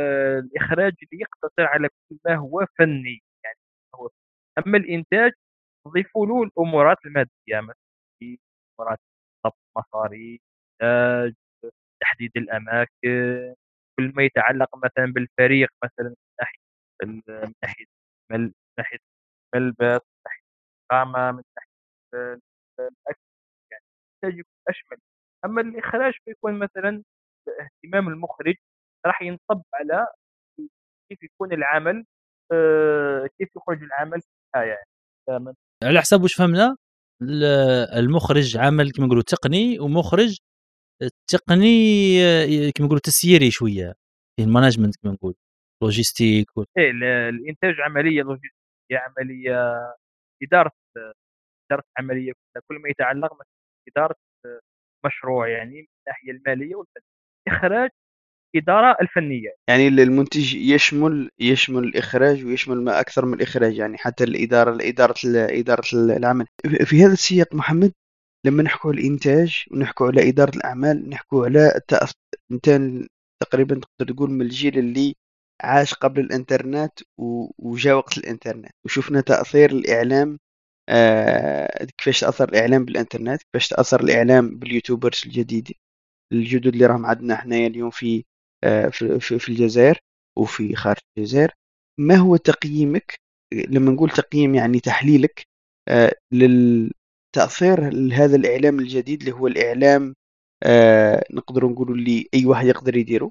الإخراج اللي يقتصر على كل ما هو فني، يعني هو أما الإنتاج نضيفوا له الأمورات المادية مثلًا أمورات ضبط المصاريف، إنتاج، تحديد الأماكن، كل ما يتعلق مثلًا بالفريق مثلًا من ناحية ال من ناحية مل من ناحية ملبس، من ناحية إقامة، من ناحية ال الأكل، يعني الإنتاج يكون أشمل. أما الإخراج فيكون مثلًا اهتمام المخرج راح ينصب على كيف يكون العمل، آآ كيف يخرج العمل في النهاية يعني. فهمت؟ على حسب واش فهمنا ال- المخرج عمل كما نقولوا تقني، ومخرج التقني آه، كما نقولوا تسييري شويه، فيه المانجمنت كما نقول لوجيستيك و... إيه ال الإنتاج عملية لوجستية، عملية إدارة إدارة عملية كلها، كل ما يتعلق مثلًا بإدارة مشروع يعني من الناحية المالية والفنية. الإخراج الإدارة الفنية. يعني المنتج يشمل يشمل الإخراج ويشمل ما أكثر من الإخراج، يعني حتى الإدارة الإدارة إدارة العمل. في هذا السياق محمد، لما نحكوا على الإنتاج ونحكوا على إدارة الأعمال، نحكوا على التأث... أنت تقريبا تقدر تقول من الجيل اللي عاش قبل الإنترنت و... وجاء وقت الإنترنت، وشفنا تأثير الإعلام. آه... كيفاش تأثر الإعلام بالإنترنت، كيفاش تأثر الإعلام باليوتيوبرز الجديد الجدد اللي راهم عندنا حنايا اليوم في آه، في في في الجزائر وفي خارج الجزائر. ما هو تقييمك، لما نقول تقييم يعني تحليلك، آه، للتأثير هذا الإعلام الجديد اللي هو الإعلام، آه، نقدر نقول اللي أي واحد يقدر يديره،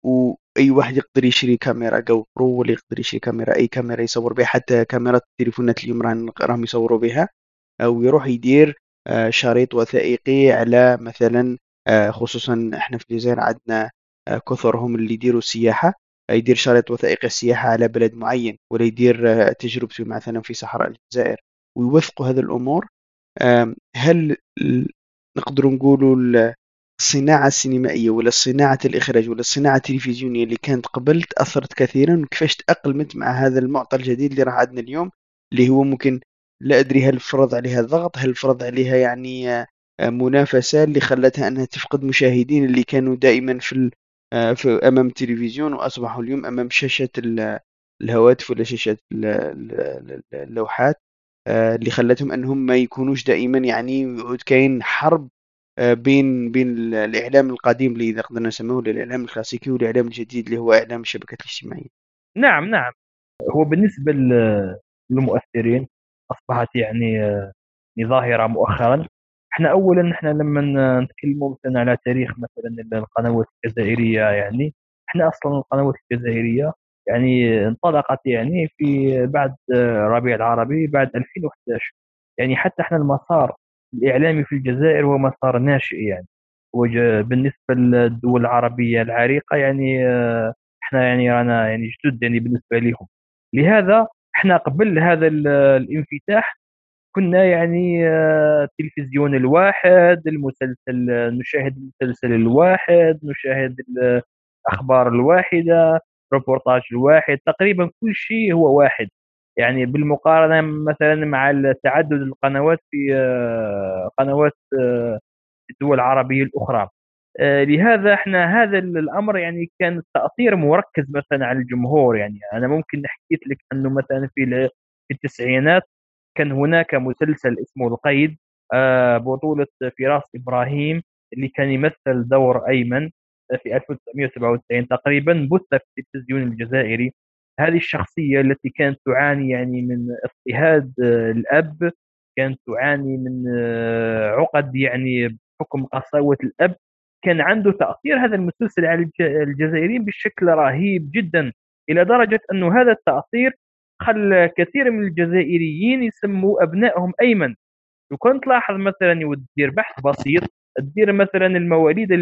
وأي واحد يقدر يشري كاميرا جو برو، ولا يقدر يشري كاميرا، أي كاميرا يصور بها، حتى كاميرات التليفونات اليوم راهم راهم يصوروا بها، أو يروح يدير آه، شريط وثائقي على مثلا، آه، خصوصا احنا في الجزائر عندنا آه، كثرهم اللي يديروا السياحة، آه، يدير شريط وثائقي السياحة على بلد معين، ولا يدير آه، تجربته مثلا في صحراء الجزائر، ويوثقوا هذه الأمور. آم، هل ال- نقدر نقولوا ال- الصناعة السينمائية ولا صناعة الإخراج ولا الصناعة التلفزيونية اللي كانت قبل تأثرت كثيرا، وكيفاش تأقلمت مع هذا المعطى الجديد اللي راح عندنا اليوم، اللي هو ممكن، لا أدري هل فرض عليها ضغط، هل فرض عليها يعني آه، آه، منافسة اللي خلتها أنها تفقد مشاهدين اللي كانوا دائما في, ال- آه، في أمام التلفزيون، وأصبحوا اليوم أمام شاشة ال- الهواتف ولا شاشة ال- ال- ال- اللوحات، آه، اللي خلتهم أنهم ما يكونوش دائما، يعني يعود كاين حرب آه، بين بين ال- الإعلام القديم اللي إذا قدرنا نسميه الإعلام الكلاسيكي، والإعلام الجديد اللي هو إعلام الشبكات الاجتماعية. نعم، نعم. هو بالنسبة ل- للمؤثرين أصبحت يعني آه، ظاهرة مؤخرا. احنا أولا احنا لما ن- نتكلموا مثلا على تاريخ مثلا القنوات الجزائرية، يعني احنا أصلا القنوات الجزائرية يعني انطلقت يعني في بعد آه، الربيع العربي بعد ألفين وأحد عشر. يعني حتى احنا المسار الإعلامي في الجزائر هو مسار ناشئ يعني. وج- بالنسبة للدول العربية العريقة يعني آه، احنا يعني رانا يعني جدد يعني بالنسبة لهم. لهذا احنا قبل هذا ال- الانفتاح كنا يعني آه، التلفزيون الواحد، المسلسل، نشاهد المسلسل الواحد، نشاهد الأخبار الواحدة، ريبورتاج الواحد، تقريبا كل شيء هو واحد. يعني بالمقارنة مثلا مع تعدد القنوات في آه، قنوات آه، الدول العربية الأخرى. آه، لهذا احنا هذا الأمر يعني كان التأثير مركز مثلا على الجمهور. يعني أنا ممكن حكيت لك أنه مثلا في ال- في التسعينات كان هناك مسلسل اسمه القيد، آه، بطولة فراس إبراهيم اللي كان يمثل دور أيمن في ألف وتسعمئة وسبعة وتسعين تقريبا، بث في التلفزيون الجزائري. هذه الشخصية التي كانت تعاني يعني من اضطهاد آه، الأب، كانت تعاني من آه، عقد يعني بحكم قساوة الأب. كان عنده تأثير هذا المسلسل على الج- الجزائريين بشكل رهيب جدا، إلى درجة أنه هذا التأثير خلى كثير من الجزائريين يسموا أبنائهم أيمن. وكنت تلاحظ مثلا ودير بحث بسيط، تدير مثلا المواليد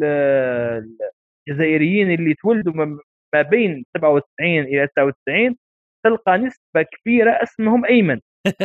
ال- الجزائريين اللي تولدوا ما ما بين سبعة وتسعين إلى تسعة وتسعين، تلقى نسبة كبيرة اسمهم أيمن.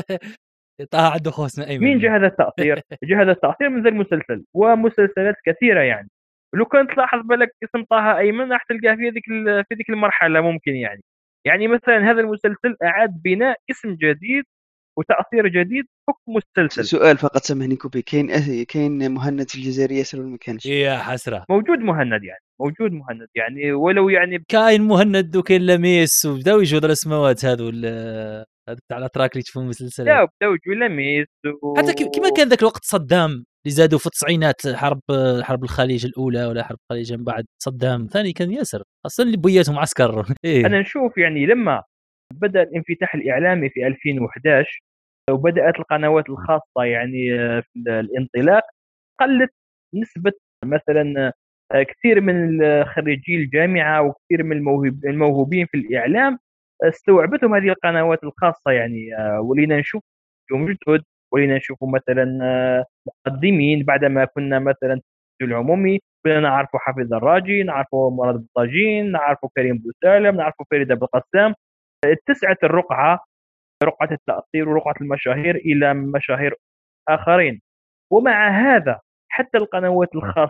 طه عنده خوه اسمه مين ايمن. جاء هذا التأثير؟ جاء هذا التأثير من ذا المسلسل ومسلسلات كثيرة يعني. لو كنت تلاحظ بالك اسم طه أيمن راح تلقاه في هذيك ال- في ذيك المرحلة ممكن يعني. يعني مثلا هذا المسلسل أعاد بناء اسم جديد وتأثير جديد حكم س- مسلسل. سؤال فقط، سامحني كوبي، كاين أه- كاين مهند في الجزائر ياسر ولا ما كانش؟ يا حسره. موجود مهند يعني، موجود مهند يعني ولو يعني. كاين مهند وكاين لميس وبداو يجوا الاسماوات هذو ال- هذوك تاع الاتراك اللي تشوفوا المسلسلات. لا بداو يجوا لميس حتى كي- كيما و... كان ذاك الوقت صدام اللي زادوا في التسعينات، حرب حرب الخليج الاولى ولا حرب الخليج من بعد، صدام ثاني كان ياسر اصلا اللي بوياتهم عسكر. ايه. أنا نشوف يعني لما بدأ الانفتاح الإعلامي في ألفين وأحد عشر وبدأت القنوات الخاصة يعني آه، في الانطلاق، قلت نسبة مثلا آه، كثير من خريجي الجامعة وكثير من الموهوب الموهوبين في الإعلام استوعبتهم هذه القنوات الخاصة. يعني آه، ولينا نشوف نجوم جدد، ولينا نشوف مثلا آه، مقدمين بعدما كنا مثلا في العمومي كنا نعرفوا حفيظ الراجي، نعرفوا مراد الطاجين، نعرفوا كريم بوسالم، نعرفوا فريدة بالقسام. اتسعت الرقعة، رقعة التأثير ورقعة المشاهير إلى مشاهير آخرين. ومع هذا حتى القنوات الخاصة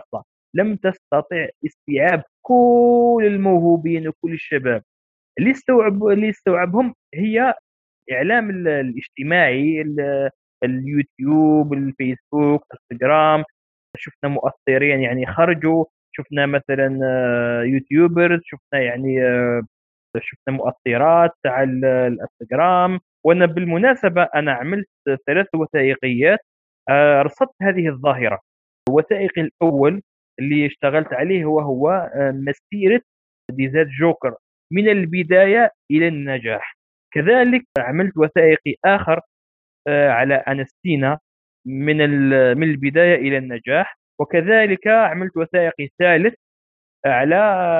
لم تستطع استيعاب كل الموهوبين وكل الشباب. اللي استوعب اللي استوعبهم هي الاعلام ال- الاجتماعي، ال- اليوتيوب، الفيسبوك، انستغرام. شفنا مؤثرين يعني خرجوا، شفنا مثلا آه، يوتيوبرز، شفنا يعني آه، شفنا مؤثرات على ال- الانستغرام. وانا بالمناسبه انا عملت ثلاث وثائقيات آه، رصدت هذه الظاهره. الوثائقي الاول اللي اشتغلت عليه هو هو آه، مسيره ديزاد جوكر من البدايه الى النجاح. كذلك عملت وثائقي اخر آه، على أنستينا من ال- من البداية إلى النجاح. وكذلك عملت وثائقي ثالث على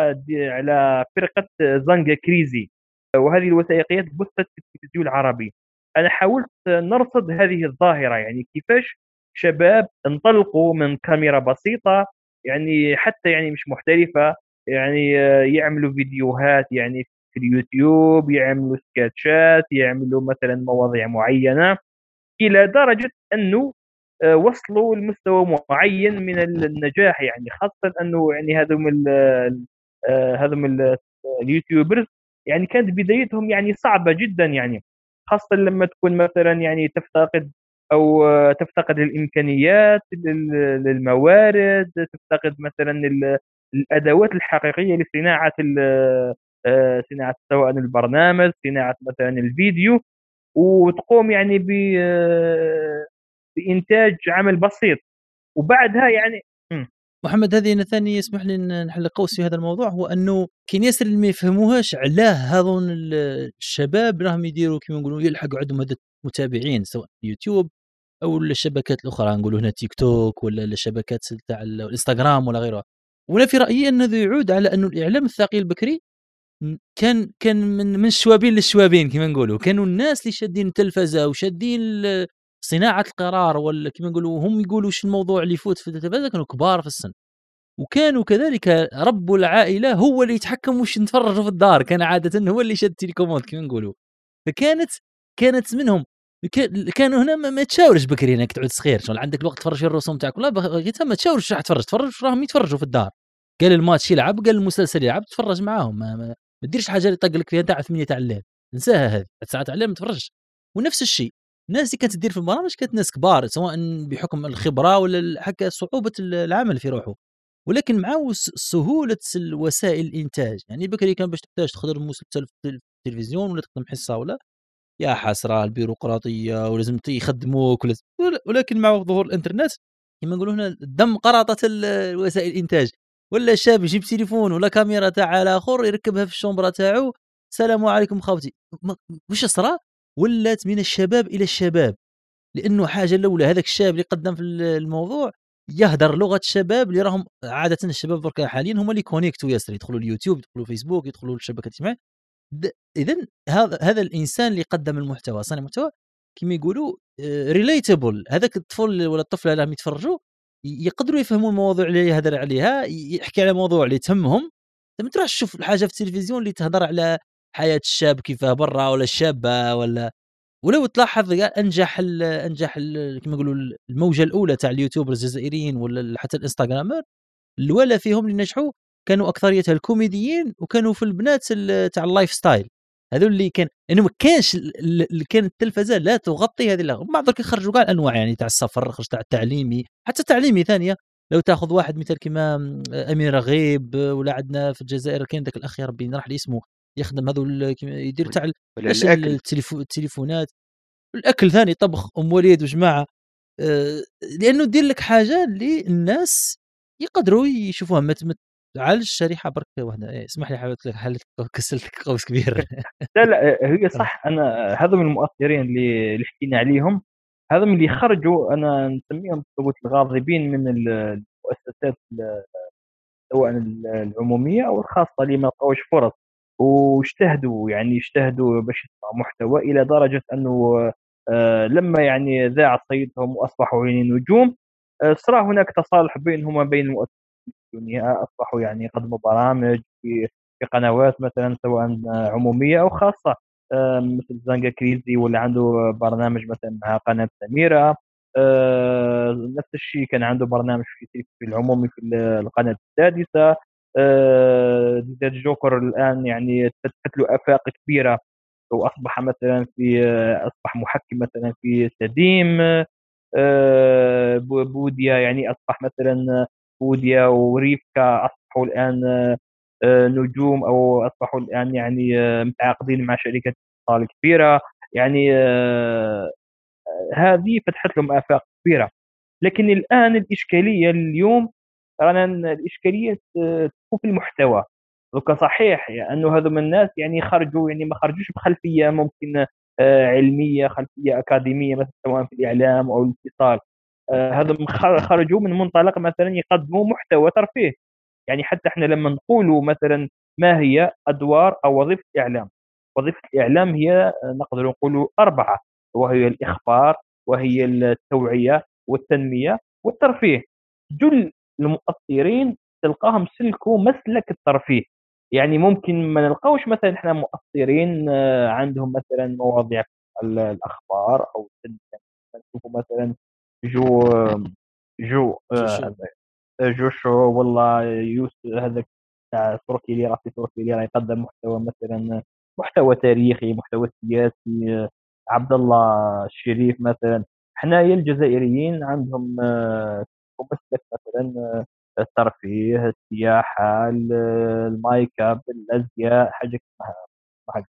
على فرقة زانجا كريزي، وهذه الوثائقيات بثت في التلفزيون العربي. أنا حاولت نرصد هذه الظاهرة، يعني كيفاش شباب انطلقوا من كاميرا بسيطة، يعني حتى يعني مش محترفة، يعني آه، يعملوا فيديوهات يعني في اليوتيوب، يعملوا سكتشات، يعملوا مثلا مواضيع معينة، إلى درجة أنه آه، وصلوا لمستوى معين من النجاح. يعني خاصة أنه يعني هذم ال- آه، هذم ال- اليوتيوبرز يعني كانت بدايتهم يعني صعبة جدا، يعني خاصة لما تكون مثلا يعني تفتقد أو آه، تفتقد الإمكانيات، لل- للموارد، تفتقد مثلا ال- الأدوات الحقيقية لصناعة ال- آه، صناعة سواء البرنامج، صناعة مثلا الفيديو، وتقوم يعني ب آه، بإنتاج عمل بسيط. وبعدها يعني إمم، محمد، هذه ثاني يسمح لي ن نحل قوس في هذا الموضوع، هو أنه كاين ياسر اللي ما يفهموهاش علاه هاذون ال الشباب راهم يديروا كيما نقولوا يلحقوا عندهم هذا المتابعين سواء يوتيوب أو الشبكات الأخرى، نقولوا هنا تيك توك ولا الشبكات تاع ال الإنستغرام ولا غيرها. وأنا في رأيي أنه هذا يعود على أنه الإعلام الثقيل البكري م كان كان من من الشوابين للشوابين كيما نقولوا، كانوا الناس اللي شادين التلفزة وشادين ال صناعة القرار ولا كيما نقولوا هم يقولوا شو الموضوع اللي يفوت في التلفزة، كانوا كبار في السن. وكانوا كذلك رب العائلة هو اللي يتحكم واش نتفرجوا في الدار، كان عادةً هو اللي شاد التليكوموند كيما نقولوا. فكانت كانت منهم ك كانوا هنا ما ما تشاورش بكري انك تعود صغير، شغل عندك الوقت تفرج في الرسوم تاعك، لا بغيتها ما تشاورش راح تفرج، تفرج واش راهم يتفرجوا في الدار. قال الماتش يلعب، قال المسلسل يلعب، تفرج معاهم، ما, ما, ما ديرش حاجه اللي طق لك فيها تاع ثمانية تاع الليل، انساها هذه ساعات على الليل ما تفرجش. ونفس الشيء الناس اللي كانت تدير في البرامج كانت ناس كبار، سواء بحكم الخبره ولا حتى صعوبه العمل في روحه. ولكن مع وس سهولة الوسائل الإنتاج، يعني بكري كان باش تحتاج تحضر مسلسل في التلفزيون ولا تقدم حصة ولا، يا حسرة البيروقراطية ولازم ت يخدموك ولازم ول ولكن مع ظهور الإنترنت كما نقولوا هنا دم قراطة ال وسائل الإنتاج، ولا شاب يجيب تليفون ولا كاميرا تاع الآخر يركبها في الشومبرا تاعو، السلام عليكم خاوتي، م واش صرا؟ ولات من الشباب إلى الشباب. لأنه حاجة الأولى هذاك الشاب اللي قدّم في ال الموضوع يهدر لغة الشباب اللي راهم عادةً الشباب دركا حاليًا هُما اللي كونيكتو ياسر، يدخلوا اليوتيوب، يدخلوا فيسبوك، يدخلوا للشبكات الاجتماعية. د إذن هذا هذا الإنسان اللي قدّم المحتوى، صانع المحتوى كيما يقولوا آآ relatable، هذاك الطفل ولا الطفلة اللي راهم يتفرجوا ي يقدروا يفهموا المواضيع اللي يهدر عليها، ي يحكي على موضوع اللي تهمهم. ما تروحش تشوف الحاجة في التلفزيون اللي تهدر على حياة الشاب كيفاه برا ولا الشابة ولا. ولو تلاحظ يا أنجح ال أنجح ال كما نقولوا ال الموجة الأولى تاع اليوتيوبرز الجزائريين ولا ال حتى الإنستغرامر، الولا فيهم اللي نجحوا كانوا أكثريتها الكوميديين، وكانوا في البنات ال تاع اللايف ستايل، هذول اللي كان لأنه ما كانش ال ال اللي كانت التلفزة لا تغطي هذه الأغ بعض درك يخرجوا كاع الأنواع يعني تاع السفر، خرج تاع التعليمي، حتى التعليمي ثانية. لو تاخذ واحد مثال كيما م أمير رغيب، ولا عندنا في الجزائر كاين ذاك الأخ يا ربي نراح لي اسمه، يخدم هذول كيما يدير تاع ال ولا باش الأكل. التليفو التليفونات. الأكل ثاني طبخ أم وليد وجماعة. آآ، لأنه دير لك حاجة اللي الناس يقدروا يشوفوها، ما ت ما تعالش شريحة برك واحدة. إيه، اسمح لي حاولت لك حلّيت كسّلت لك قوس كبير. لا، لا، هي صح. أنا هذم المؤثرين اللي اللي حكينا عليهم، هذم اللي خرجوا أنا نسميهم قوة الغاضبين من ال المؤسسات ال سواء ال العمومية أو الخاصة اللي ما لقاوش فرص، واجتهدوا يعني اجتهدوا باش يصنعوا محتوى إلى درجة أنه آآ لمّا يعني ذاع صيتهم وأصبحوا يعني نجوم، آآ صرا هناك تصالح بينهم وبين المؤسسات الإلكترونية، أصبحوا يعني يقدموا برامج في في قنوات مثلًا سواء عمومية أو خاصة، آآ مثل زانجا كريزي واللي عنده برنامج مثلًا مع قناة سميرة. آه، نفس الشيء كان عنده برنامج في في العمومي في القناة السادسة. آه، ديدات جوكر الآن يعني فتحت له آفاق كبيرة، وأصبح مثلا في آه، أصبح محكم مثلا في سديم. آه، بو- بوديا يعني أصبح مثلا بوديا وريفكا أصبحوا الآن آه، آه، نجوم، أو أصبحوا الآن يعني آه، متعاقدين مع شركات اتصال كبيرة. يعني آه، هذه فتحت لهم آفاق كبيرة. لكن الآن الإشكالية اليوم، رانا الإشكالية آه، تكون في المحتوى. دوكا صحيح يعني أنه هذو من الناس يعني خرجوا، يعني ما خرجوش بخلفية ممكن آه، علمية، خلفية أكاديمية مثلا سواء في الإعلام أو الاتصال. آه، هذو من خر- خرجوا من منطلق مثلا يقدموا محتوى ترفيه. يعني حتى احنا لما نقولوا مثلا ما هي أدوار أو وظيفة الإعلام، وظيفة الإعلام هي آه، نقدر نقولوا أربعة، وهي الإخبار، وهي التوعية، والتنمية، والترفيه. جل المؤثرين تلقاهم سلكوا مسلك الترفيه. يعني ممكن ما نلقاوش مثلا احنا مؤثرين آه، عندهم مثلا مواضيع ال- الأخبار أو التنمية. نشوفوا مثلا جو جو جوشو. آه، جوشو والله يوسف هذاك تاع تركي اللي راه في تركي اللي راه يقدم محتوى مثلا محتوى تاريخي، محتوى سياسي. عبد الله الشريف مثلا. حنايا الجزائريين عندهم آه، مسلك مثلا آه، الترفيه، السياحة، ال- المايك اب، الازياء، حاجة كيما هكا.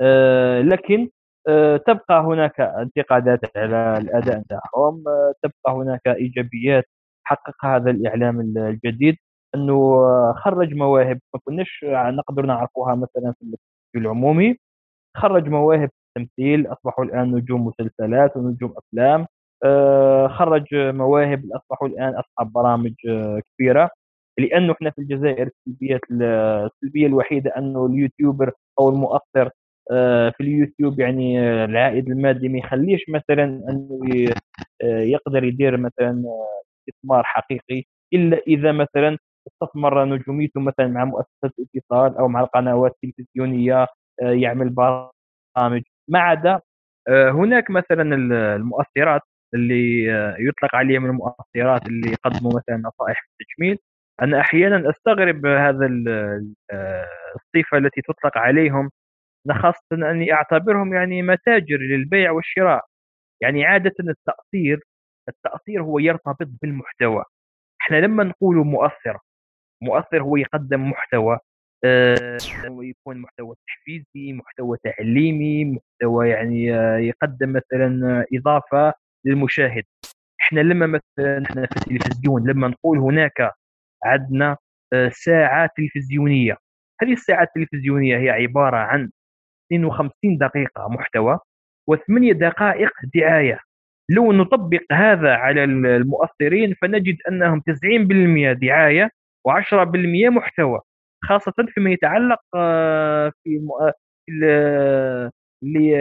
آه، لكن آه، تبقى هناك انتقادات على الاداء نتاعهم. آه، تبقى هناك ايجابيات حقق هذا الإعلام الجديد، أنه خرج مواهب ما كناش نقدر نعرفوها مثلا في في العمومي. خرج مواهب في التمثيل، أصبحوا الآن نجوم مسلسلات ونجوم أفلام. آه، خرج مواهب أصبحوا الآن أصحاب برامج آه، كبيرة. لأنه احنا في الجزائر السلبية السلبية الوحيدة أنه اليوتيوبر أو المؤثر آه، في اليوتيوب يعني آه، العائد المادي ما يخليش مثلا أنه ي- آه، يقدر يدير مثلا استثمار حقيقي، الا اذا مثلا استثمر نجوميته مثلا مع مؤسسه اتصال او مع القنوات التلفزيونيه. آه، يعمل برامج ما عدا آه، هناك مثلا ال- المؤثرات اللي آه، يطلق عليهم المؤثرات اللي يقدموا مثلا نصائح في التجميل. انا احيانا استغرب هذا ال- آه، الصفه التي تطلق عليهم، خاصه اني اعتبرهم يعني متاجر للبيع والشراء. يعني عاده التاثير التاثير هو يرتبط بالمحتوى. احنا لما نقول مؤثر، مؤثر هو يقدم محتوى آه، هو يكون محتوى تحفيزي، محتوى تعليمي، محتوى يعني آه، يقدم مثلا آه، إضافة للمشاهد. احنا لما مثلا احنا في التلفزيون لما نقول هناك عندنا آه، ساعة تلفزيونية. هذه الساعة التلفزيونية هي عبارة عن اثنين وخمسين دقيقة محتوى وثمانية دقائق دعاية. لو نطبق هذا على المؤثرين فنجد أنهم تسعين بالمئة دعاية و10% محتوى، خاصة فيما يتعلق آه، في الم- في ال- اللي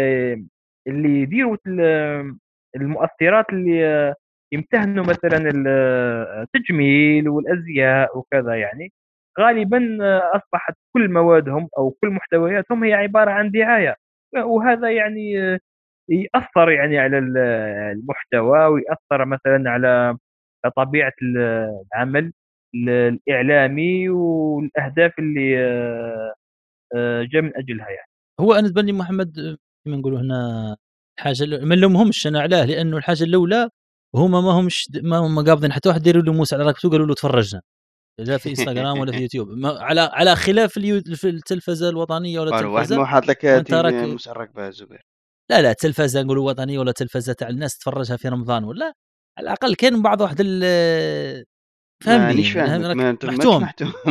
اللي يديروا ال- المؤثرات اللي آه، يمتهنوا مثلا ال- التجميل والأزياء وكذا. يعني غالبا آه، أصبحت كل موادهم أو كل محتوياتهم هي عبارة عن دعاية. وهذا يعني آه، يأثر يعني على ال- المحتوى، ويأثر مثلا على طبيعة ال- العمل ال- الإعلامي والأهداف اللي آه، آه، جاء من أجلها يعني. هو انا تبان لي محمد آه، كما نقولوا هنا الحاجه اللي- ما نلومهمش انا علاه، لانه الحاجه الاولى هما ما همش ما هم قابضين حتى واحد يديروا له موس على ركبته قالوا له تفرجنا، لا في انستغرام ولا في يوتيوب، ما على على خلاف اليو في التلفزه الوطنيه ولا قالوا واحد التلفزه. ما حاط لك وانت تي في راك مسرك بها زبير. لا لا التلفزه نقولوا وطنيه ولا التلفزه تاع الناس تفرجها في رمضان ولا على الاقل كان بعض واحد ال- مانيش فهمني انا فاهمك، راك ما انت ماكش محتوم. محتوم.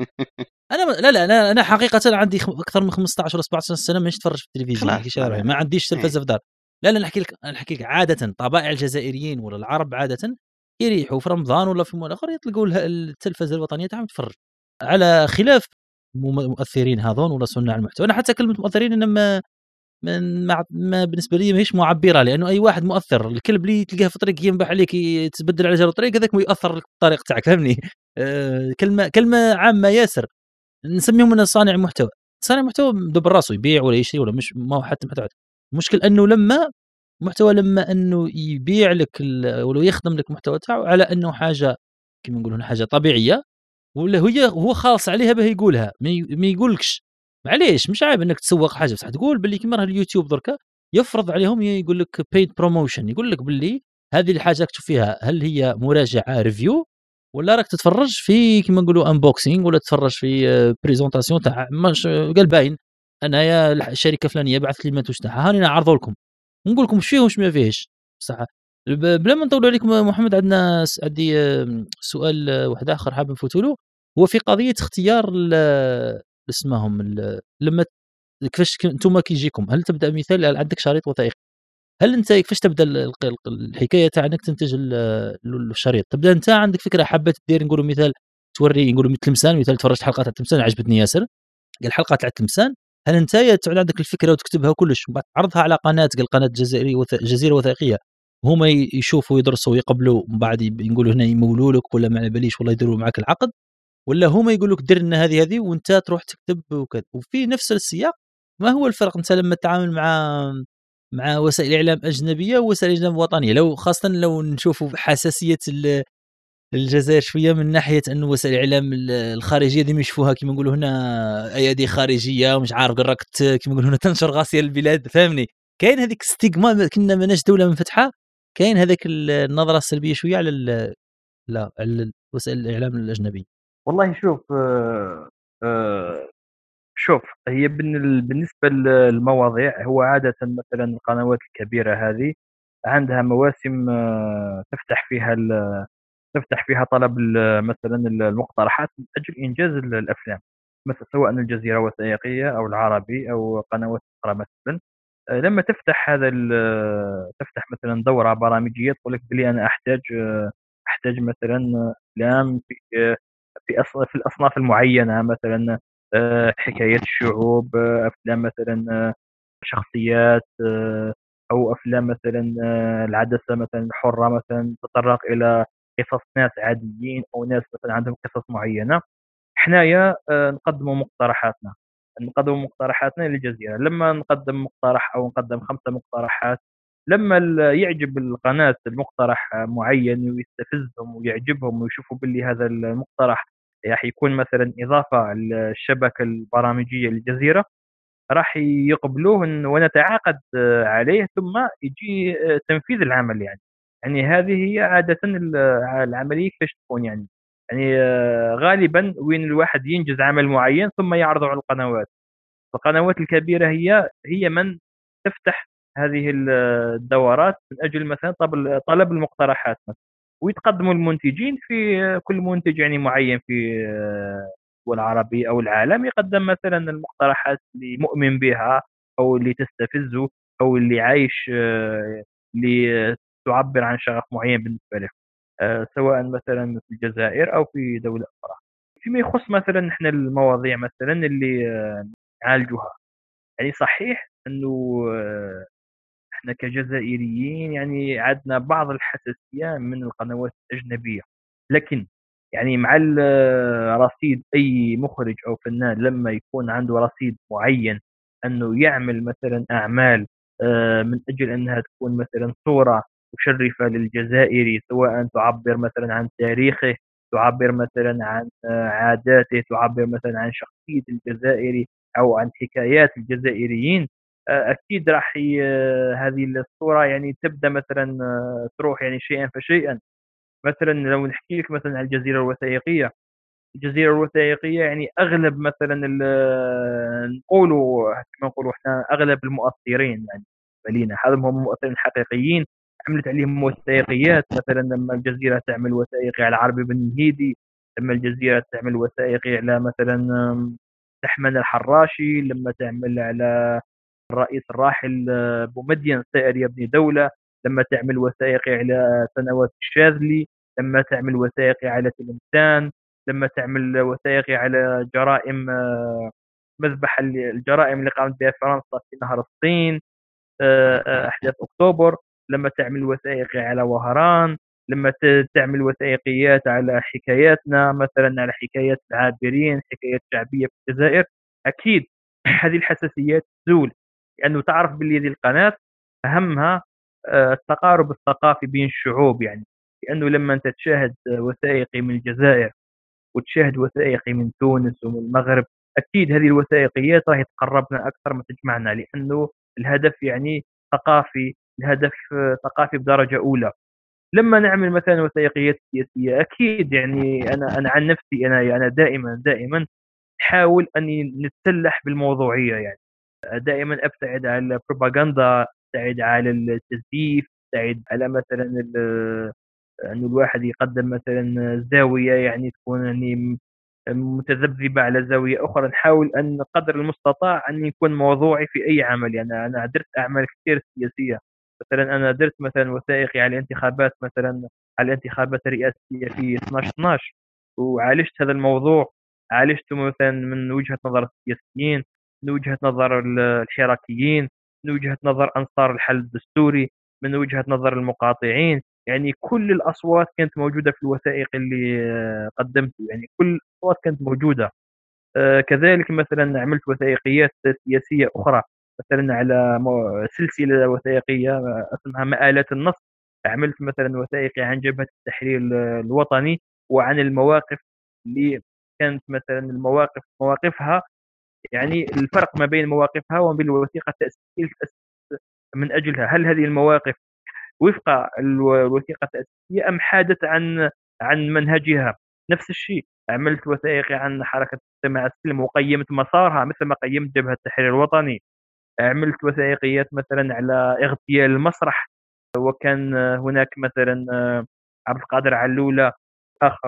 انا لا لا انا انا حقيقه عندي خم- اكثر من خمسطاش ولا سبعطاش سنه مانيش نتفرج في التلفزيون، ما خلاص نحكيش على روحي، معناها ما عنديش ايه. تلفزه في دار. لا لا نحكي لك نحكي لك عاده طبائع الجزائريين ولا العرب عاده يريحوا في رمضان ولا في مول اخر يطلقوا لها التلفزه الوطنيه تاعهم تفرج، على خلاف مم- مؤثرين هذون ولا صناع المحتوى. انا حتى كلمه مؤثرين انا ما من ما, ما بالنسبه لي ماهيش معبره، لانه اي واحد مؤثر، الكلب اللي تلقاه في طريق ينبح عليك يتبدل على جال الطريق هذاك يؤثر الطريق تاعك، فهمني؟ آه كلمه كلمه عامه ياسر. نسميهم من صانع محتوى، صانع محتوى مدبر راسه يبيع ولا يشري ولا مش ما هو حتى محتوى. المشكل انه لما المحتوى لما انه يبيع لك ولو يخدم لك المحتوى تاعو على انه حاجه كما نقولوا حاجه طبيعيه، ولا هي هو خالص عليها باه يقولها، ما يقولكش معليش مش عيب انك تسوق حاجه بصح تقول باللي كيما راه اليوتيوب دركا يفرض عليهم يقول لك بيد بروموشن، يقول لك باللي هذه الحاجه راك تشوف فيها هل هي مراجعه ريفيو ولا راك تتفرج في كيما نقولوا انبوكسينغ ولا تتفرج في بريزونطاسيون تاع مش قال باين انايا الشركه الفلانيه بعثت لي المنتوج تاعها هاني نعرضوا لكم ونقول لكم اش فيه واش ما فيهش. صح بلا ما نطولوا عليكم محمد، عندنا عندي سؤال واحد اخر حاب نفوتوا له، هو في قضيه اختيار اسمهم لما كيفاش انتم كيجيكم، هل تبدا مثال عندك شريط وثائقي، هل انت كيفاش تبدا الحكايه تاع انك تنتج الشريط؟ تبدا انت عندك فكره حابه دير نقولوا مثال توري نقولوا مثل تلمسان، مثال تفرجت حلقه تاع تلمسان عجبتني ياسر قال حلقه تاع تلمسان، هل انت تعود عندك الفكره وتكتبها كلش وبعد تعرضها على قناه قال قناه جزائريه وث... جزيره وثائقيه هما يشوفوا يدرسوا ويقبلوا ومن بعد يقولوا هنا يمولوا لك ولا ما على باليش والله يديروا معك العقد، ولا هما يقولوا لك دير لنا هذه هذه وانت تروح تكتب وكذا؟ وفي نفس السياق ما هو الفرق انت لما تتعامل مع مع وسائل اعلام اجنبيه ووسائل اعلام وطنيه، لو خاصه لو نشوفوا حساسيه الجزائر شويه من ناحيه انه وسائل الاعلام الخارجيه ديما يشوفوها كيما نقولوا هنا ايادي خارجيه ومش عارف قال راك كيما نقولوا هنا تنشر غاسيل البلاد، فهمني كاين هذيك ستيغما كنا ماناش دوله منفتحه، كاين هذاك النظره السلبيه شويه على لا على وسائل الاعلام الاجنبيه. والله شوف آه آه شوف هي بالنسبة للمواضيع هو عادة مثلا القنوات الكبيرة هذه عندها مواسم تفتح فيها تفتح فيها طلب مثلا المقترحات من أجل إنجاز الأفلام، مثلا سواء الجزيرة وثائقية أو العربي أو قنوات أخرى مثلا. لما تفتح هذا تفتح مثلا دورة برامجية تقول لك بلي أنا أحتاج أحتاج مثلا أفلام في في في الأصناف المعينة، مثلا حكايات الشعوب، أفلام مثلا شخصيات، أو أفلام مثلا العدسة مثلا الحرة مثلا تتطرق إلى قصص ناس عاديين أو ناس مثلا عندهم قصص معينة. حنايا نقدموا مقترحاتنا نقدم مقترحاتنا للجزيرة. لما نقدم مقترح أو نقدم خمسة مقترحات، لما يعجب القناة المقترح معين ويستفزهم ويعجبهم ويشوفوا باللي هذا المقترح راح يكون مثلا إضافة للشبكة البرامجية للجزيرة، راح يقبلوه ونتعاقد عليه ثم يجي تنفيذ العمل. يعني يعني هذه هي عادة العملية كيفاش تكون. يعني يعني غالبا وين الواحد ينجز عمل معين ثم يعرضه على القنوات. القنوات الكبيرة هي هي من تفتح هذه الدورات من أجل مثلا طلب المقترحات مثلا، ويتقدموا المنتجين في كل منتج يعني معين في الدول العربية أو العالم يقدم مثلا المقترحات اللي مؤمن بها أو اللي تستفزه أو اللي عايش اللي تعبر عن شغف معين بالنسبة له، سواء مثلا في الجزائر أو في دولة أخرى. فيما يخص مثلا نحن المواضيع مثلا اللي نعالجوها، يعني صحيح أنه احنا كجزائريين يعني عندنا بعض الحساسية من القنوات الأجنبية، لكن يعني مع رصيد أي مخرج أو فنان لما يكون عنده رصيد معين أنه يعمل مثلا أعمال من أجل أنها تكون مثلا صورة مشرفة للجزائري، سواء تعبر مثلا عن تاريخه، تعبر مثلا عن عاداته، تعبر مثلا عن شخصية الجزائري أو عن حكايات الجزائريين، اكيد راح هذه الصوره يعني تبدا مثلا تروح يعني شيئا فشيئا. مثلا لو نحكي لك مثلا عن الجزيره الوثائقيه، الجزيره الوثائقيه يعني اغلب مثلا نقولوا كما نقولوا احنا اغلب المؤثرين يعني بالينا هذا هم المؤثرين الحقيقيين عملت عليهم وثائقيات. مثلا لما الجزيره تعمل وثائقي على عربي بن مهيدي، لما الجزيره تعمل وثائقي على مثلا تحمن الحراشي، لما تعمل على الرئيس الراحل بومدين صائر يبني دولة، لما تعمل وثائقي على سنوات الشاذلي، لما تعمل وثائقي على تلمسان، لما تعمل وثائقي على جرائم مذبح الجرائم اللي قامت بها فرنسا في نهر الصين، أحداث أكتوبر، لما تعمل وثائقي على وهران، لما تعمل وثائقيات على حكاياتنا مثلا على حكايات العابرين، حكايات شعبية في الجزائر، أكيد هذه الحساسيات تزول، لأنه تعرف باللي هذه القناة أهمها آآ التقارب الثقافي بين الشعوب يعني، لأنه لمّا أنت تشاهد وثائقي من الجزائر وتشاهد وثائقي من تونس ومن المغرب، أكيد هذه الوثائقيات راهي تقرّبنا أكثر ما تجمعنا، لأنه الهدف يعني ثقافي، الهدف آه، ثقافي بدرجة أولى. لمّا نعمل مثلًا وثائقيات سياسية أكيد يعني أنا أنا عن نفسي أنا أنا دائمًا، دائمًا أحاول أني نتسلّح بالموضوعية يعني، دائمًا أبتعد عن البروباغندا، أبتعد على التزييف، أبتعد على مثلًا ال إنه الواحد يقدّم مثلًا زاوية يعني تكون يعني م متذبذبة على زاوية أخرى، نحاول أن قدر المستطاع أن يكون موضوعي في أي عمل، يعني أنا درت أعمال كتير سياسية، مثلًا أنا درت مثلًا وثائقي على الانتخابات مثلًا على الانتخابات الرئاسية في اثناش اثناش وعالجت هذا الموضوع، عالجته مثلًا من وجهة نظر السياسيين، من وجهة نظر ال الحراكيين، من وجهة نظر أنصار الحل الدستوري، من وجهة نظر المقاطعين. يعني كل الأصوات كانت موجودة في الوثائق اللي آه، قدّمته، يعني كل الأصوات كانت موجودة. آآ كذلك مثلًا عملت وثائقيات سياسية أخرى، مثلًا على مو سلسلة وثائقية آه، اسمها مآلات النصر، عملت مثلًا وثائقي عن جبهة التحرير ال الوطني، وعن المواقف اللي كانت مثلًا المواقف مواقفها يعني الفرق ما بين مواقفها وما بين الوثيقة التأسيسية اللي تأسست من أجلها، هل هذه المواقف وفق الو الوثيقة التأسيسية أم حادت عن عن منهجها، نفس الشيء عملت وثائقي عن حركة مجتمع السلم وقيّمت مسارها مثل ما قيّمت جبهة التحرير الوطني، عملت وثائقيات مثلًا على اغتيال المسرح، وكان هناك مثلًا عبد القادر علولة آخر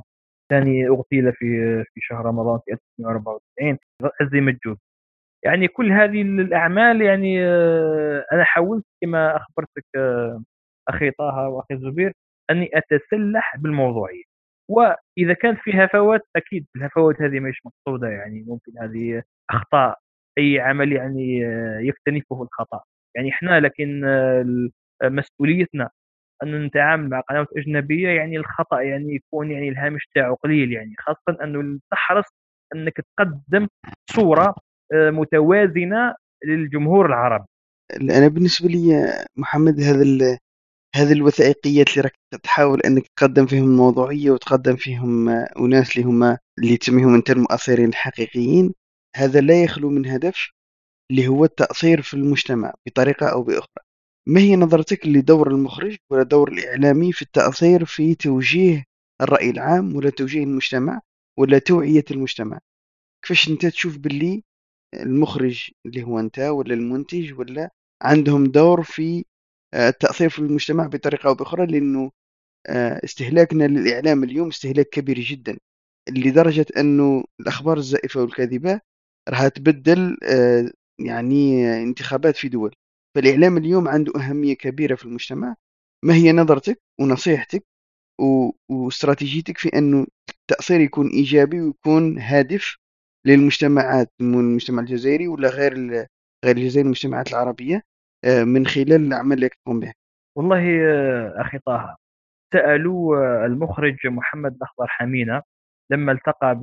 ثاني اغتيل في في شهر رمضان في ألف وتسعمائة وأربعة وتسعين، عزّي مجّود. يعني كل هذه ال الأعمال يعني آآ أنا حاولت كما أخبرتك آه، أخي طه وأخي الزبير أني أتسلّح بالموضوعية، وإذا كان فيها فوات أكيد الهفوات هذه ماهيش مقصودة يعني ممكن هذه أخطاء، أي عمل يعني آه، يكتنفه الخطأ، يعني إحنا لكن آه، ال مسؤوليتنا أن نتعامل مع قنوات أجنبية يعني الخطأ يعني يكون يعني الهامش تاعو قليل يعني، خاصةً أنه تحرص أنك تقدّم صورة آآ متوازنة للجمهور العربي. أنا بالنسبة لي محمد، هذا ال هذه الوثائقيات اللي راك تحاول أنك تقدم فيهم الموضوعية وتقدم فيهم أناس اللي هما اللي تسميهم أنت المؤثرين الحقيقيين، هذا لا يخلو من هدف اللي هو التأثير في المجتمع بطريقة أو بأخرى. ما هي نظرتك لدور المخرج ولا دور الإعلامي في التأثير في توجيه الرأي العام ولا توجيه المجتمع ولا توعية المجتمع؟ كيفاش أنت تشوف باللي المخرج اللي هو أنت ولا المنتج ولا عندهم دور في آه، التأثير في المجتمع بطريقة أو بأخرى؟ لأنه آه، استهلاكنا للإعلام اليوم استهلاك كبير جدا، لدرجة أنه الأخبار الزائفة والكاذبة راح تبدل آه، يعني آه، انتخابات في دول. فالإعلام اليوم عنده أهمية كبيرة في المجتمع. ما هي نظرتك ونصيحتك و- واستراتيجيتك في أنه التأثير يكون إيجابي ويكون هادف للمجتمعات، من المجتمع الجزائري ولا غير ال- غير الجزائري، المجتمعات العربية، آه، من خلال الأعمال اللي تقوم بها؟ والله آه، أخي طه، سألوا آه، المخرج محمد الأخضر حمينة لمّا التقى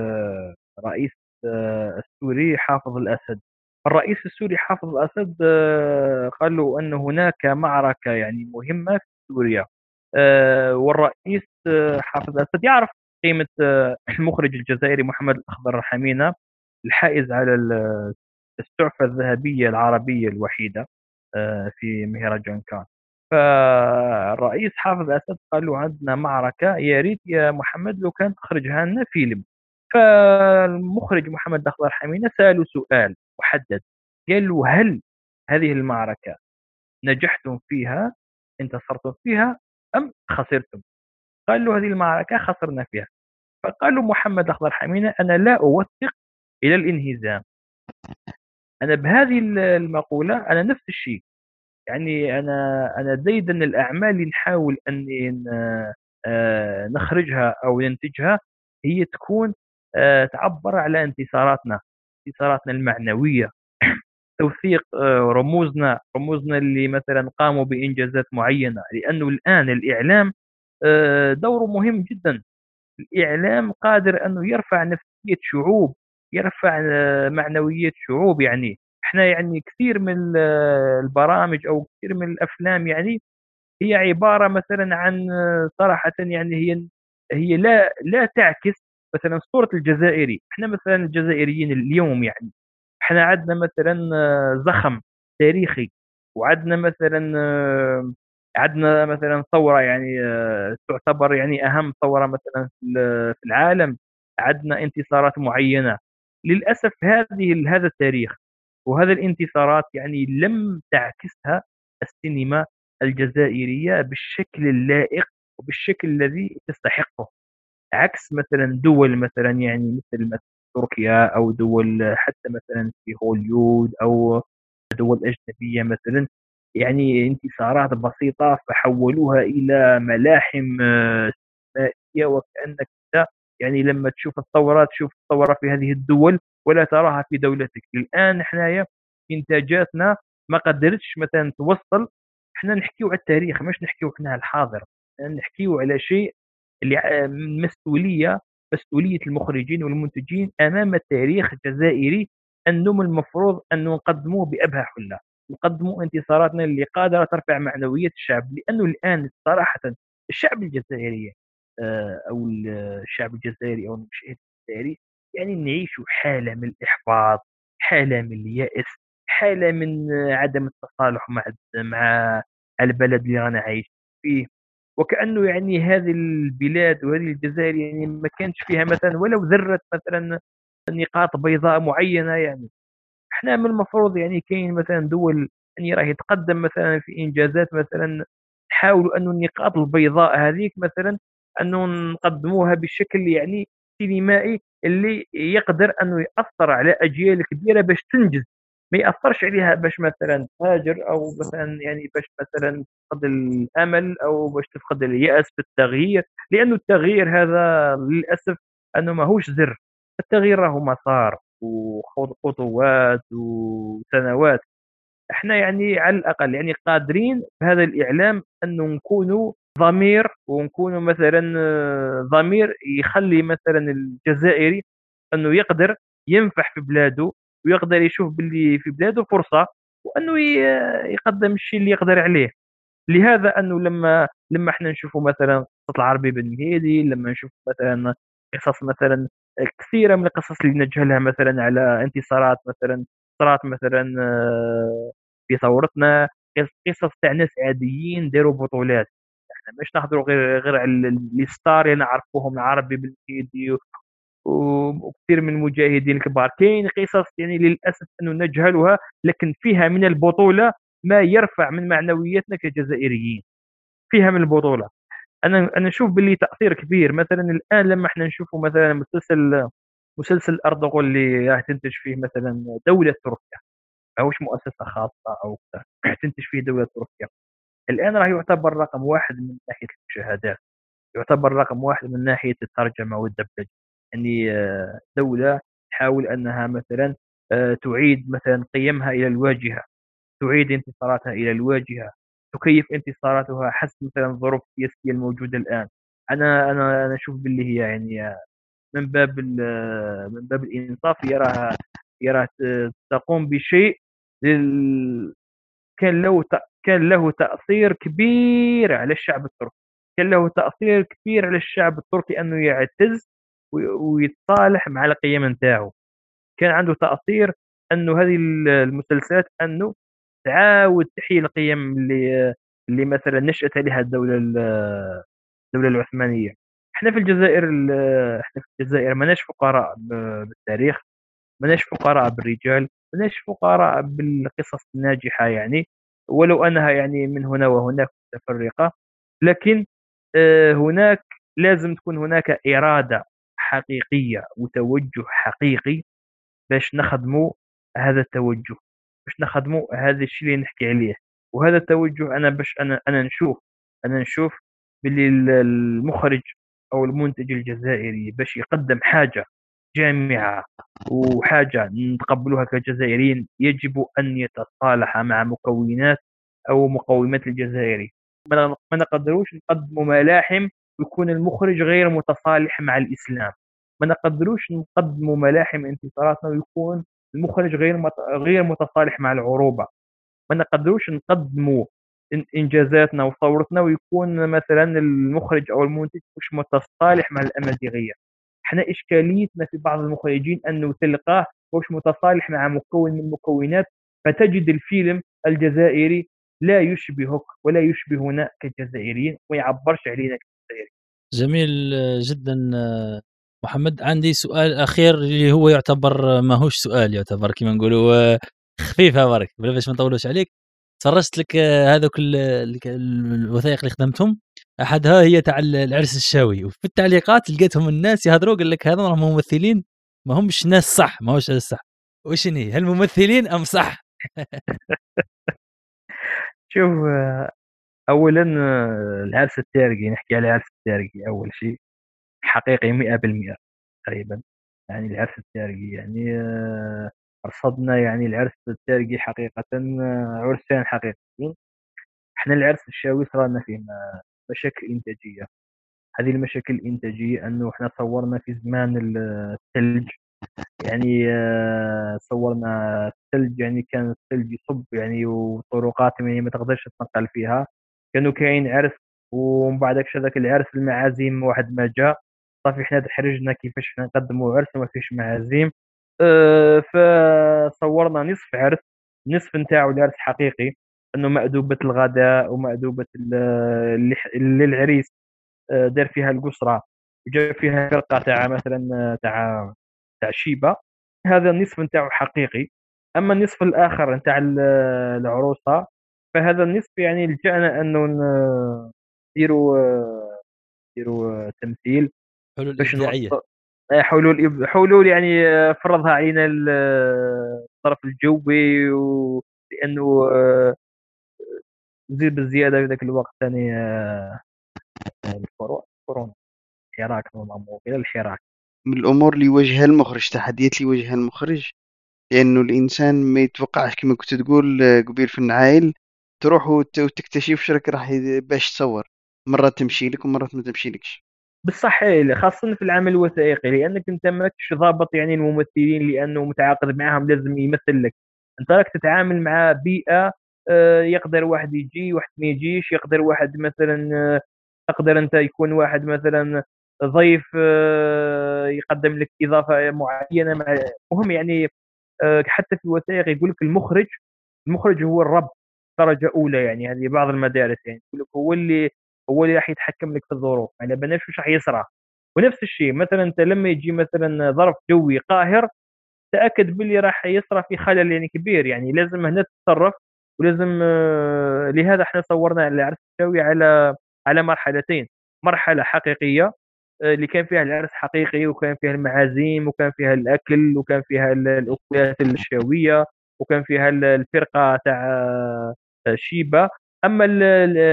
برئيس السوري حافظ الأسد، الرئيس السوري حافظ الأسد آآ قال له أن هناك معركة يعني مهمة في سوريا، آآ والرئيس آه، حافظ الأسد يعرف قيمة آه، المخرج الجزائري محمد الأخضر حمينة الحائز على ال السعفة الذهبية العربية الوحيدة آآ في مهرجان كان. فالرئيس حافظ الأسد قال له: "عندنا معركة يا ريت يا محمد لو كان تخرجها لنا فيلم." فالمخرج محمد الأخضر حميدة سأله سؤال محدد، قال له: "هل هذه المعركة نجحتم فيها، انتصرتم فيها أم خسرتم؟" قال له: "هذه المعركة خسرنا فيها." فقال له محمد الأخضر حميدة: "أنا لا أوثق إلى الانهزام، أنا بهذه ال المقولة أنا نفس الشيء." يعني أنا أنا دايمًا الأعمال اللي نحاول أني ن آآ نخرجها أو ننتجها هي تكون آآ تعبّر على انتصاراتنا، انتصاراتنا المعنوية، توثيق آآ رموزنا، رموزنا اللي مثلًا قاموا بإنجازات معيّنة، لأنه الآن الإعلام آآ دوره مهم جدًا. الإعلام قادر أنه يرفع نفسية شعوب، يرفع آه، معنويات شعوب يعني، احنا يعني كثير من ال- البرامج او كثير من الافلام يعني هي عباره مثلا عن آه، صراحه يعني هي هي لا لا تعكس مثلا صوره الجزائري. احنا مثلا الجزائريين اليوم يعني احنا عندنا مثلا آه، زخم تاريخي، وعندنا مثلا آه، عندنا مثلا ثورة يعني آه، تعتبر يعني أهم ثورة مثلا في ال- في العالم. عندنا انتصارات معينة. للأسف هذه هذا التاريخ وهذا الانتصارات يعني لم تعكسها السينما الجزائرية بالشكل اللائق وبالشكل الذي تستحقه، عكس مثلا دول مثلا يعني مثل مثلا تركيا او دول حتى مثلا في هوليود او دول اجنبيه مثلا. يعني انتصارات بسيطه فحولوها الى ملاحم آه، سينمائيه، وكانك أنت يعني لما تشوف الثورات تشوف الثوره في هذه الدول ولا تراها في دولتك. الان حنايا انتاجاتنا ما قدرتش مثلا توصل. احنا نحكيو على التاريخ مش نحكيو حنا على الحاضر، نحكيو على شيء اللي ع- مسؤولية مسؤولية المخرجين والمنتجين أمام التاريخ الجزائري، أنهم المفروض أن نقدموه بأبهى حلة، نقدموا انتصاراتنا اللي قادرة ترفع معنويات الشعب. لأنه الآن صراحة الشعب الجزائري آه، أو ال- الشعب الجزائري أو المشاهد الجزائري يعني نعيش حالة من الإحباط، حالة من اليأس، حالة من آه، عدم التصالح مع مع البلد اللي أنا عايش فيه. وكأنه يعني هذه البلاد وهذه الجزائر يعني ما كانش فيها مثلا ولو ذرة مثلا نقاط بيضاء معينة. يعني احنا من المفروض يعني كاين مثلا دول يعني راه يتقدم مثلا في انجازات مثلا، نحاولوا انه النقاط البيضاء هذيك مثلا انه نقدموها بشكل يعني سينمائي اللي يقدر انه ياثر على اجيال كبيره باش تنجز، ما ياثرش عليها باش مثلا تهاجر او مثلا يعني باش مثلا تفقد الامل او باش تفقد اليأس في التغيير. لانه التغيير هذا للاسف انه ماهوش زر، التغيير راهو مسار وخطوات وسنوات. احنا يعني على الاقل يعني قادرين بهذا الاعلام انه نكونوا ضمير ونكونوا مثلا آه، ضمير يخلي مثلا الجزائري انه يقدر ينفح في بلاده ويقدر يشوف باللي في بلاده فرصة، وانه ي- يقدم الشيء اللي يقدر عليه. لهذا انه لما لما احنا نشوفوا مثلا قصة العربي بن مهيدي، لما نشوف مثلا قصص مثلا كثيرة من القصص اللي نجهلها مثلا على انتصارات مثلا صارت مثلا آه، في ثورتنا، قص- قصص تاع ناس عاديين داروا بطولات. احنا مش نهضروا غير غير على ال- لي ستار اللي نعرفوهم العربي بن مهيدي و- وكثير من المجاهدين الكبار. كاين قصص يعني للاسف انه نجهلها لكن فيها من البطولة ما يرفع من معنوياتنا كجزائريين، فيها من البطولة. انا انا نشوف باللي تاثير كبير مثلا الان لما احنا نشوفوا مثلا مسلسل مسلسل ارطغرل اللي راح تنتج فيه مثلا دوله تركيا، ماهوش مؤسسه خاصه او كذا، راح تنتج فيه دوله تركيا. الان راه يعتبر رقم واحد من ناحيه المشاهدات، يعتبر رقم واحد من ناحيه الترجمه والدبلجه. يعني آه، دوله تحاول انها مثلا آه، تعيد مثلا قيمها الى الواجهه، تعيد انتصاراتها إلى الواجهة، تكيف انتصاراتها حسب مثلا الظروف السياسية الموجودة الآن. أنا أنا أنا أشوف باللي هي يعني من باب ال- من باب الإنصاف يراها يراها ت- تقوم بشيء لل- كان له ت- كان له تأثير كبير على الشعب التركي، كان له تأثير كبير على الشعب التركي أنه يعتز وي- ويتصالح مع القيم نتاعو. كان عنده تأثير أنه هذه المسلسلات أنه تعاود تحيي القيم اللي اللي مثلا نشأت عليها الدولة ال- الدولة العثمانية. احنا في الجزائر ال- احنا في الجزائر ماناش فقراء ب- بالتاريخ، ماناش فقراء بالرجال، ماناش فقراء بالقصص الناجحة يعني، ولو أنها يعني من هنا وهناك متفرقة. لكن آه، هناك لازم تكون هناك إرادة حقيقية وتوجه حقيقي باش نخدموا هذا التوجه، باش نخدموا هذا الشيء اللي نحكي عليه. وهذا التوجه انا باش انا انا نشوف انا نشوف باللي ال- المخرج او المنتج الجزائري باش يقدم حاجه جامعه وحاجه نتقبلوها كجزائريين يجب ان يتصالح مع مكونات او مقومات الجزائري. ما ما نقدروش نقدموا ملاحم ويكون المخرج غير متصالح مع الاسلام، ما نقدروش نقدموا ملاحم انتصاراتنا ويكون المخرج غير مت... غير متصالح مع العروبة. ما نقدروش نقدموا إن- انجازاتنا وثورتنا ويكون مثلا المخرج او المنتج مش متصالح مع الامازيغيه. احنا اشكاليتنا في بعض المخرجين انه تلقاه مش متصالح مع مكون من المكونات، فتجد الفيلم الجزائري لا يشبهك ولا يشبهنا كجزائريين وما يعبرش علينا كجزائريين. جميل آه، جدا آه، محمد. عندي سؤال اخير اللي هو يعتبر آه، ماهوش سؤال، يعتبر كما نقولوا آه، خفيفه برك بلا باش ما نطولوش عليك. تفرجت لك آه، هذوك ال- ال- الوثائق اللي خدمتهم، احدها هي تاع ال- العرس الشاوي، وفي التعليقات لقيتهم الناس يهضروا قال لك هذول راهم ممثلين ما همش ناس صح، ما هوش ناس صح. وش هي هل ممثلين ام صح؟ شوف، آه، اولا آه، العرس التاريخي، نحكي على العرس التاريخي اول شيء، حقيقي مئة بالمئة تقريبا. يعني العرس التاريخي يعني آه، رصدنا يعني العرس التاريخي حقيقة آه، عرسان حقيقيين. احنا العرس الشاوي صار لنا فيه م- مشاكل إنتاجية. هذه المشاكل الإنتاجية أنه احنا صورنا في زمان ال- الثلج. يعني آه، صورنا الثلج، يعني كان الثلج يصب يعني وطرقات يعني ما تقدرش تنقل فيها. كانوا كاين عرس، ومن بعد هذاك العرس المعازيم واحد ما جاء، صافي حنا تحرجنا كيفاش حنا نقدموا عرس وما فيش معازيم. آه، فصورنا نصف عرس، نصف نتاعو العرس حقيقي، انه مأدوبة الغداء ومأدوبة ال- اللي اللي العريس آه، دار فيها القصرة، وجاب فيها فرقة تاع مثلا آه، تاع تاع شيبة. هذا النصف نتاعو حقيقي. اما النصف الاخر نتاع ال- العروسة، فهذا النصف يعني لجأنا انه ن- نديروا آه، نديروا آه، تمثيل حلول باش ابداعيه. نوصل آه، حلول إب- حلول يعني آه، فرضها علينا ال- آه، الطرف الجوي و... لانه آه، زيد بالزياده في ذاك الوقت ثاني آه، الكورونا كورونا الحراك نورمالمون الى الحراك. من الأمور اللي يواجهها المخرج، تحديات اللي يواجهها المخرج، لأنه الإنسان ما يتوقعش كما كنت تقول آه، قبيل في النعايل تروح وت- وتكتشف شرك راح ي- باش تصور، مرات تمشي لك ومرات ما تمشي لكش. بصح إيه، خاصة في العمل الوثائقي، لأنك أنت ماكش ضابط يعني الممثلين لأنه متعاقد معاهم لازم يمثل لك. أنت راك تتعامل مع بيئة، آه، يقدر واحد يجي واحد ما يجيش، يقدر واحد مثلا آه، تقدر أنت يكون واحد مثلا ضيف آه، يقدم لك إضافة معينة مع مهم يعني. آه، حتى في الوثائق يقول لك المخرج، المخرج هو الرب درجة أولى. يعني هذه بعض المدارس يعني يقول لك هو اللي هو اللي راح يتحكم لك في الظروف، على بالناش واش راح يصرى. ونفس الشيء مثلا انت لما يجي مثلا ظرف جوي قاهر، تأكد باللي راح يصرى في خلل يعني كبير، يعني لازم هنا تتصرف. ولازم آه، لهذا احنا صورنا العرس الجوي على على مرحلتين: مرحلة حقيقية آه، اللي كان فيها العرس حقيقي، وكان فيها المعازيم، وكان فيها الأكل، وكان فيها ال- الأكلات الشاوية، وكان فيها ال- الفرقة تاع آه، شيبة. أما ال-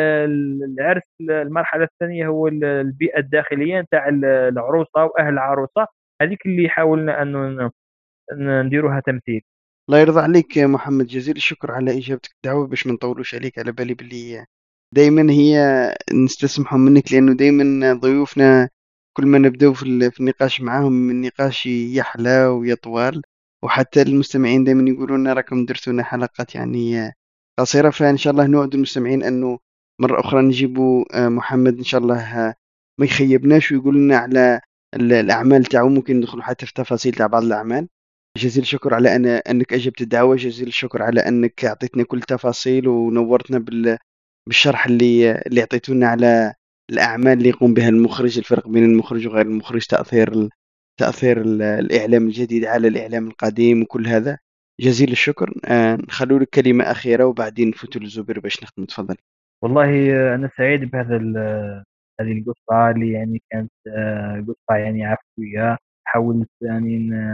ال- العرس المرحلة الثانية هو ال- البيئة الداخلية تاع العروسة وأهل العروسة، هذيك اللي حاولنا أن ن- نديروها تمثيل. الله يرضى عليك يا محمد، جزيل الشكر على إجابتك الدعوة. باش ما نطولوش عليك، على بالي باللي دايما هي نستسمحوا منك، لأنه دايما ضيوفنا كل ما نبدأ في ال- في النقاش معاهم النقاش يحلى ويطول، وحتى المستمعين دايما يقولون لنا راكم درتونا حلقات يعني قصيرة. فإن شاء الله نوعد المستمعين أنه مرة أخرى نجيبوا آه، محمد إن شاء الله آه، ما يخيبناش ويقول لنا على ال- الأعمال تاعو، ممكن ندخلوا حتى في تفاصيل تاع بعض الأعمال. جزيل الشكر على أن أنك أجبت الدعوة، جزيل الشكر على أنك أعطيتنا كل التفاصيل ونورتنا بال بالشرح اللي اللي عطيتونا على الأعمال اللي يقوم بها المخرج، الفرق بين المخرج وغير المخرج، تأثير ال... تأثير ال... الإعلام الجديد على الإعلام القديم وكل هذا. جزيل الشكر. آه نخلو لك كلمة أخيرة وبعدين نفوتوا للزبير باش نختم. تفضل. والله آه، أنا سعيد بهذا ال- هذه القصة اللي يعني كانت آه، قصة يعني عفوية. حاولت يعني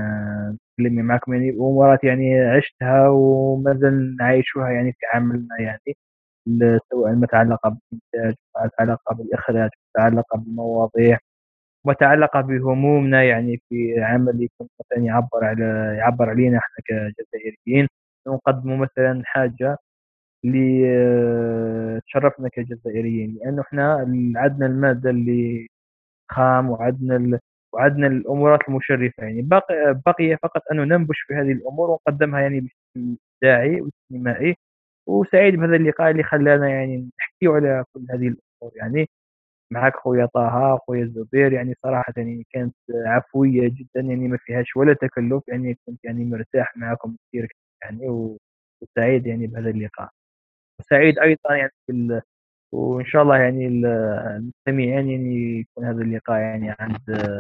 ن- نتكلم معكم يعني أمورات يعني عشتها ومازال نعيشها يعني في عملنا يعني، ال- سواء ما تعلق بالإنتاج، ما تعلق بالإخراج، ما تعلق بالمواضيع، وما تعلق بهمومنا يعني في عمل يكون مثلا يعبر على يعبر علينا احنا كجزائريين. نقدم مثلا حاجة اللي آه، تشرفنا كجزائريين، لأنه احنا عندنا المادة اللي خام، وعندنا ال... وعندنا الامورات المشرفه. يعني باقي بقي فقط ان ننبش في هذه الامور ونقدمها يعني بشكل ابداعي وسينمائي. وسعيد بهذا اللقاء اللي خلانا يعني نحكيو على كل هذه الامور. يعني معك خويا طه، خويا الزبير، يعني صراحه يعني كانت عفويه جدا، يعني ما فيهاش ولا تكلف. يعني كنت يعني مرتاح معكم كثير يعني و- وسعيد يعني بهذا اللقاء. وسعيد ايضا يعني بال... وان شاء الله يعني ال- المستمعين يعني يكون هذا اللقاء يعني عند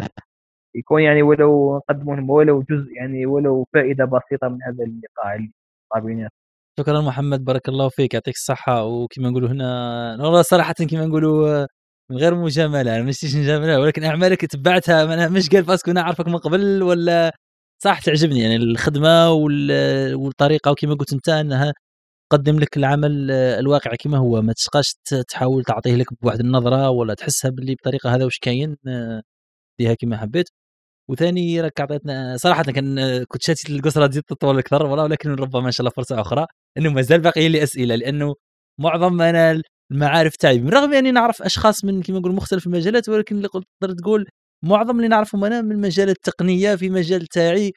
يكون يعني ولو نقدموا لهم ولو جزء، يعني ولو فائده بسيطه من هذا اللقاء اللي قابلنا. شكرا محمد، بارك الله فيك، يعطيك الصحة. وكما نقولوا هنا والله صراحة كما نقولوا آه، من غير مجاملة، أنا ماشيش نجاملها، ولكن أعمالك تبعتها، أنا مش قال باسكو نعرفك من قبل ولا صح تعجبني يعني الخدمة وال- والطريقة، وكما قلت أنت أنها تقدم لك العمل آه، الواقعي كما هو، ما تبقاش ت- تحاول تعطيه لك بواحد النظرة ولا تحسها باللي بطريقة هذا واش كاين، آه، ديها كما حبيت. وثاني راك عطيتنا صراحة كان كنت شاتي القصرة تزيد تطول أكثر والله، ولكن ربما إن شاء الله فرصة أخرى، إنه مازال باقي لي أسئلة، لأنه معظم أنا المعارف تاعي بالرغم أني نعرف أشخاص من كما نقول مختلف المجالات، ولكن اللي قلت تقدر تقول معظم اللي نعرفهم أنا من المجال التقنية في مجال تاعي.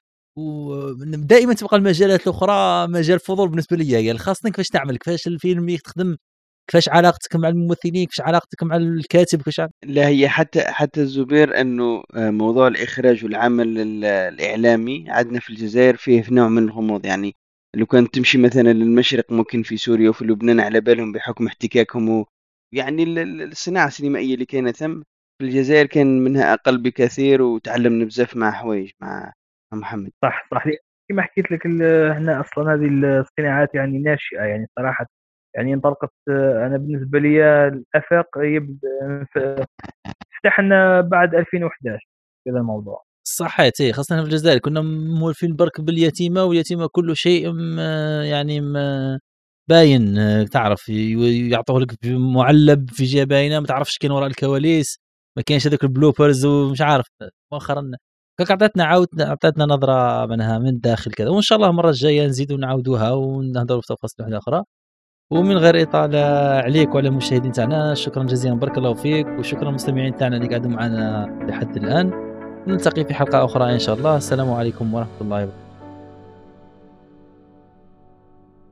ودائما تبقى المجالات الأخرى مجال فضول بالنسبة لي، يعني خاصة كيفاش تعمل، كيفاش الفيلم تخدم، كيفاش علاقتك مع الممثلين، كيفاش علاقتك مع الكاتب، كيفاش ع- لا، هي حتى حتى الزبير انه آه، موضوع الاخراج والعمل ال- الاعلامي عندنا في الجزائر فيه نوع من الغموض. يعني لو كانت تمشي مثلا للمشرق، ممكن في سوريا وفي لبنان على بالهم بحكم احتكاكهم و يعني ال- ال- الصناعة السينمائية اللي كانت ثم في الجزائر كان منها أقل بكثير، وتعلمنا بزاف مع حوايج مع مع محمد. صح صح لي- كما حكيت لك ال- هنا اصلا هذه الصناعات يعني ناشئه يعني صراحه. يعني انطلقت، آه، انا بالنسبه لي الافاق يبدا ف- فتح لنا بعد ألفين وأحد عشر كذا الموضوع. صحيت إيه، خاصة في الجزائر كنا مولفين برك باليتيمة، واليتيمة كل شيء م يعني م باين، آه، تعرف ي يعطوه لك في مُعلّب في جهة باينة، ما تعرفش كاين وراء الكواليس، ما كاينش هذوك البلوبرز ومش عارف. مؤخرًا دونك عطاتنا عاود عطاتنا نظرة منها من الداخل كذا، وإن شاء الله المرة الجاية نزيدوا نعاودوها ونهضروا في تفاصيل واحدة أخرى. ومن غير إطالة عليك وعلى المشاهدين تاعنا، شكرًا جزيلًا بارك الله فيك، وشكرًا للمستمعين تاعنا اللي قعدوا معنا لحد الآن. نلتقي في حلقة أخرى إن شاء الله. السلام عليكم ورحمة الله وبركاته.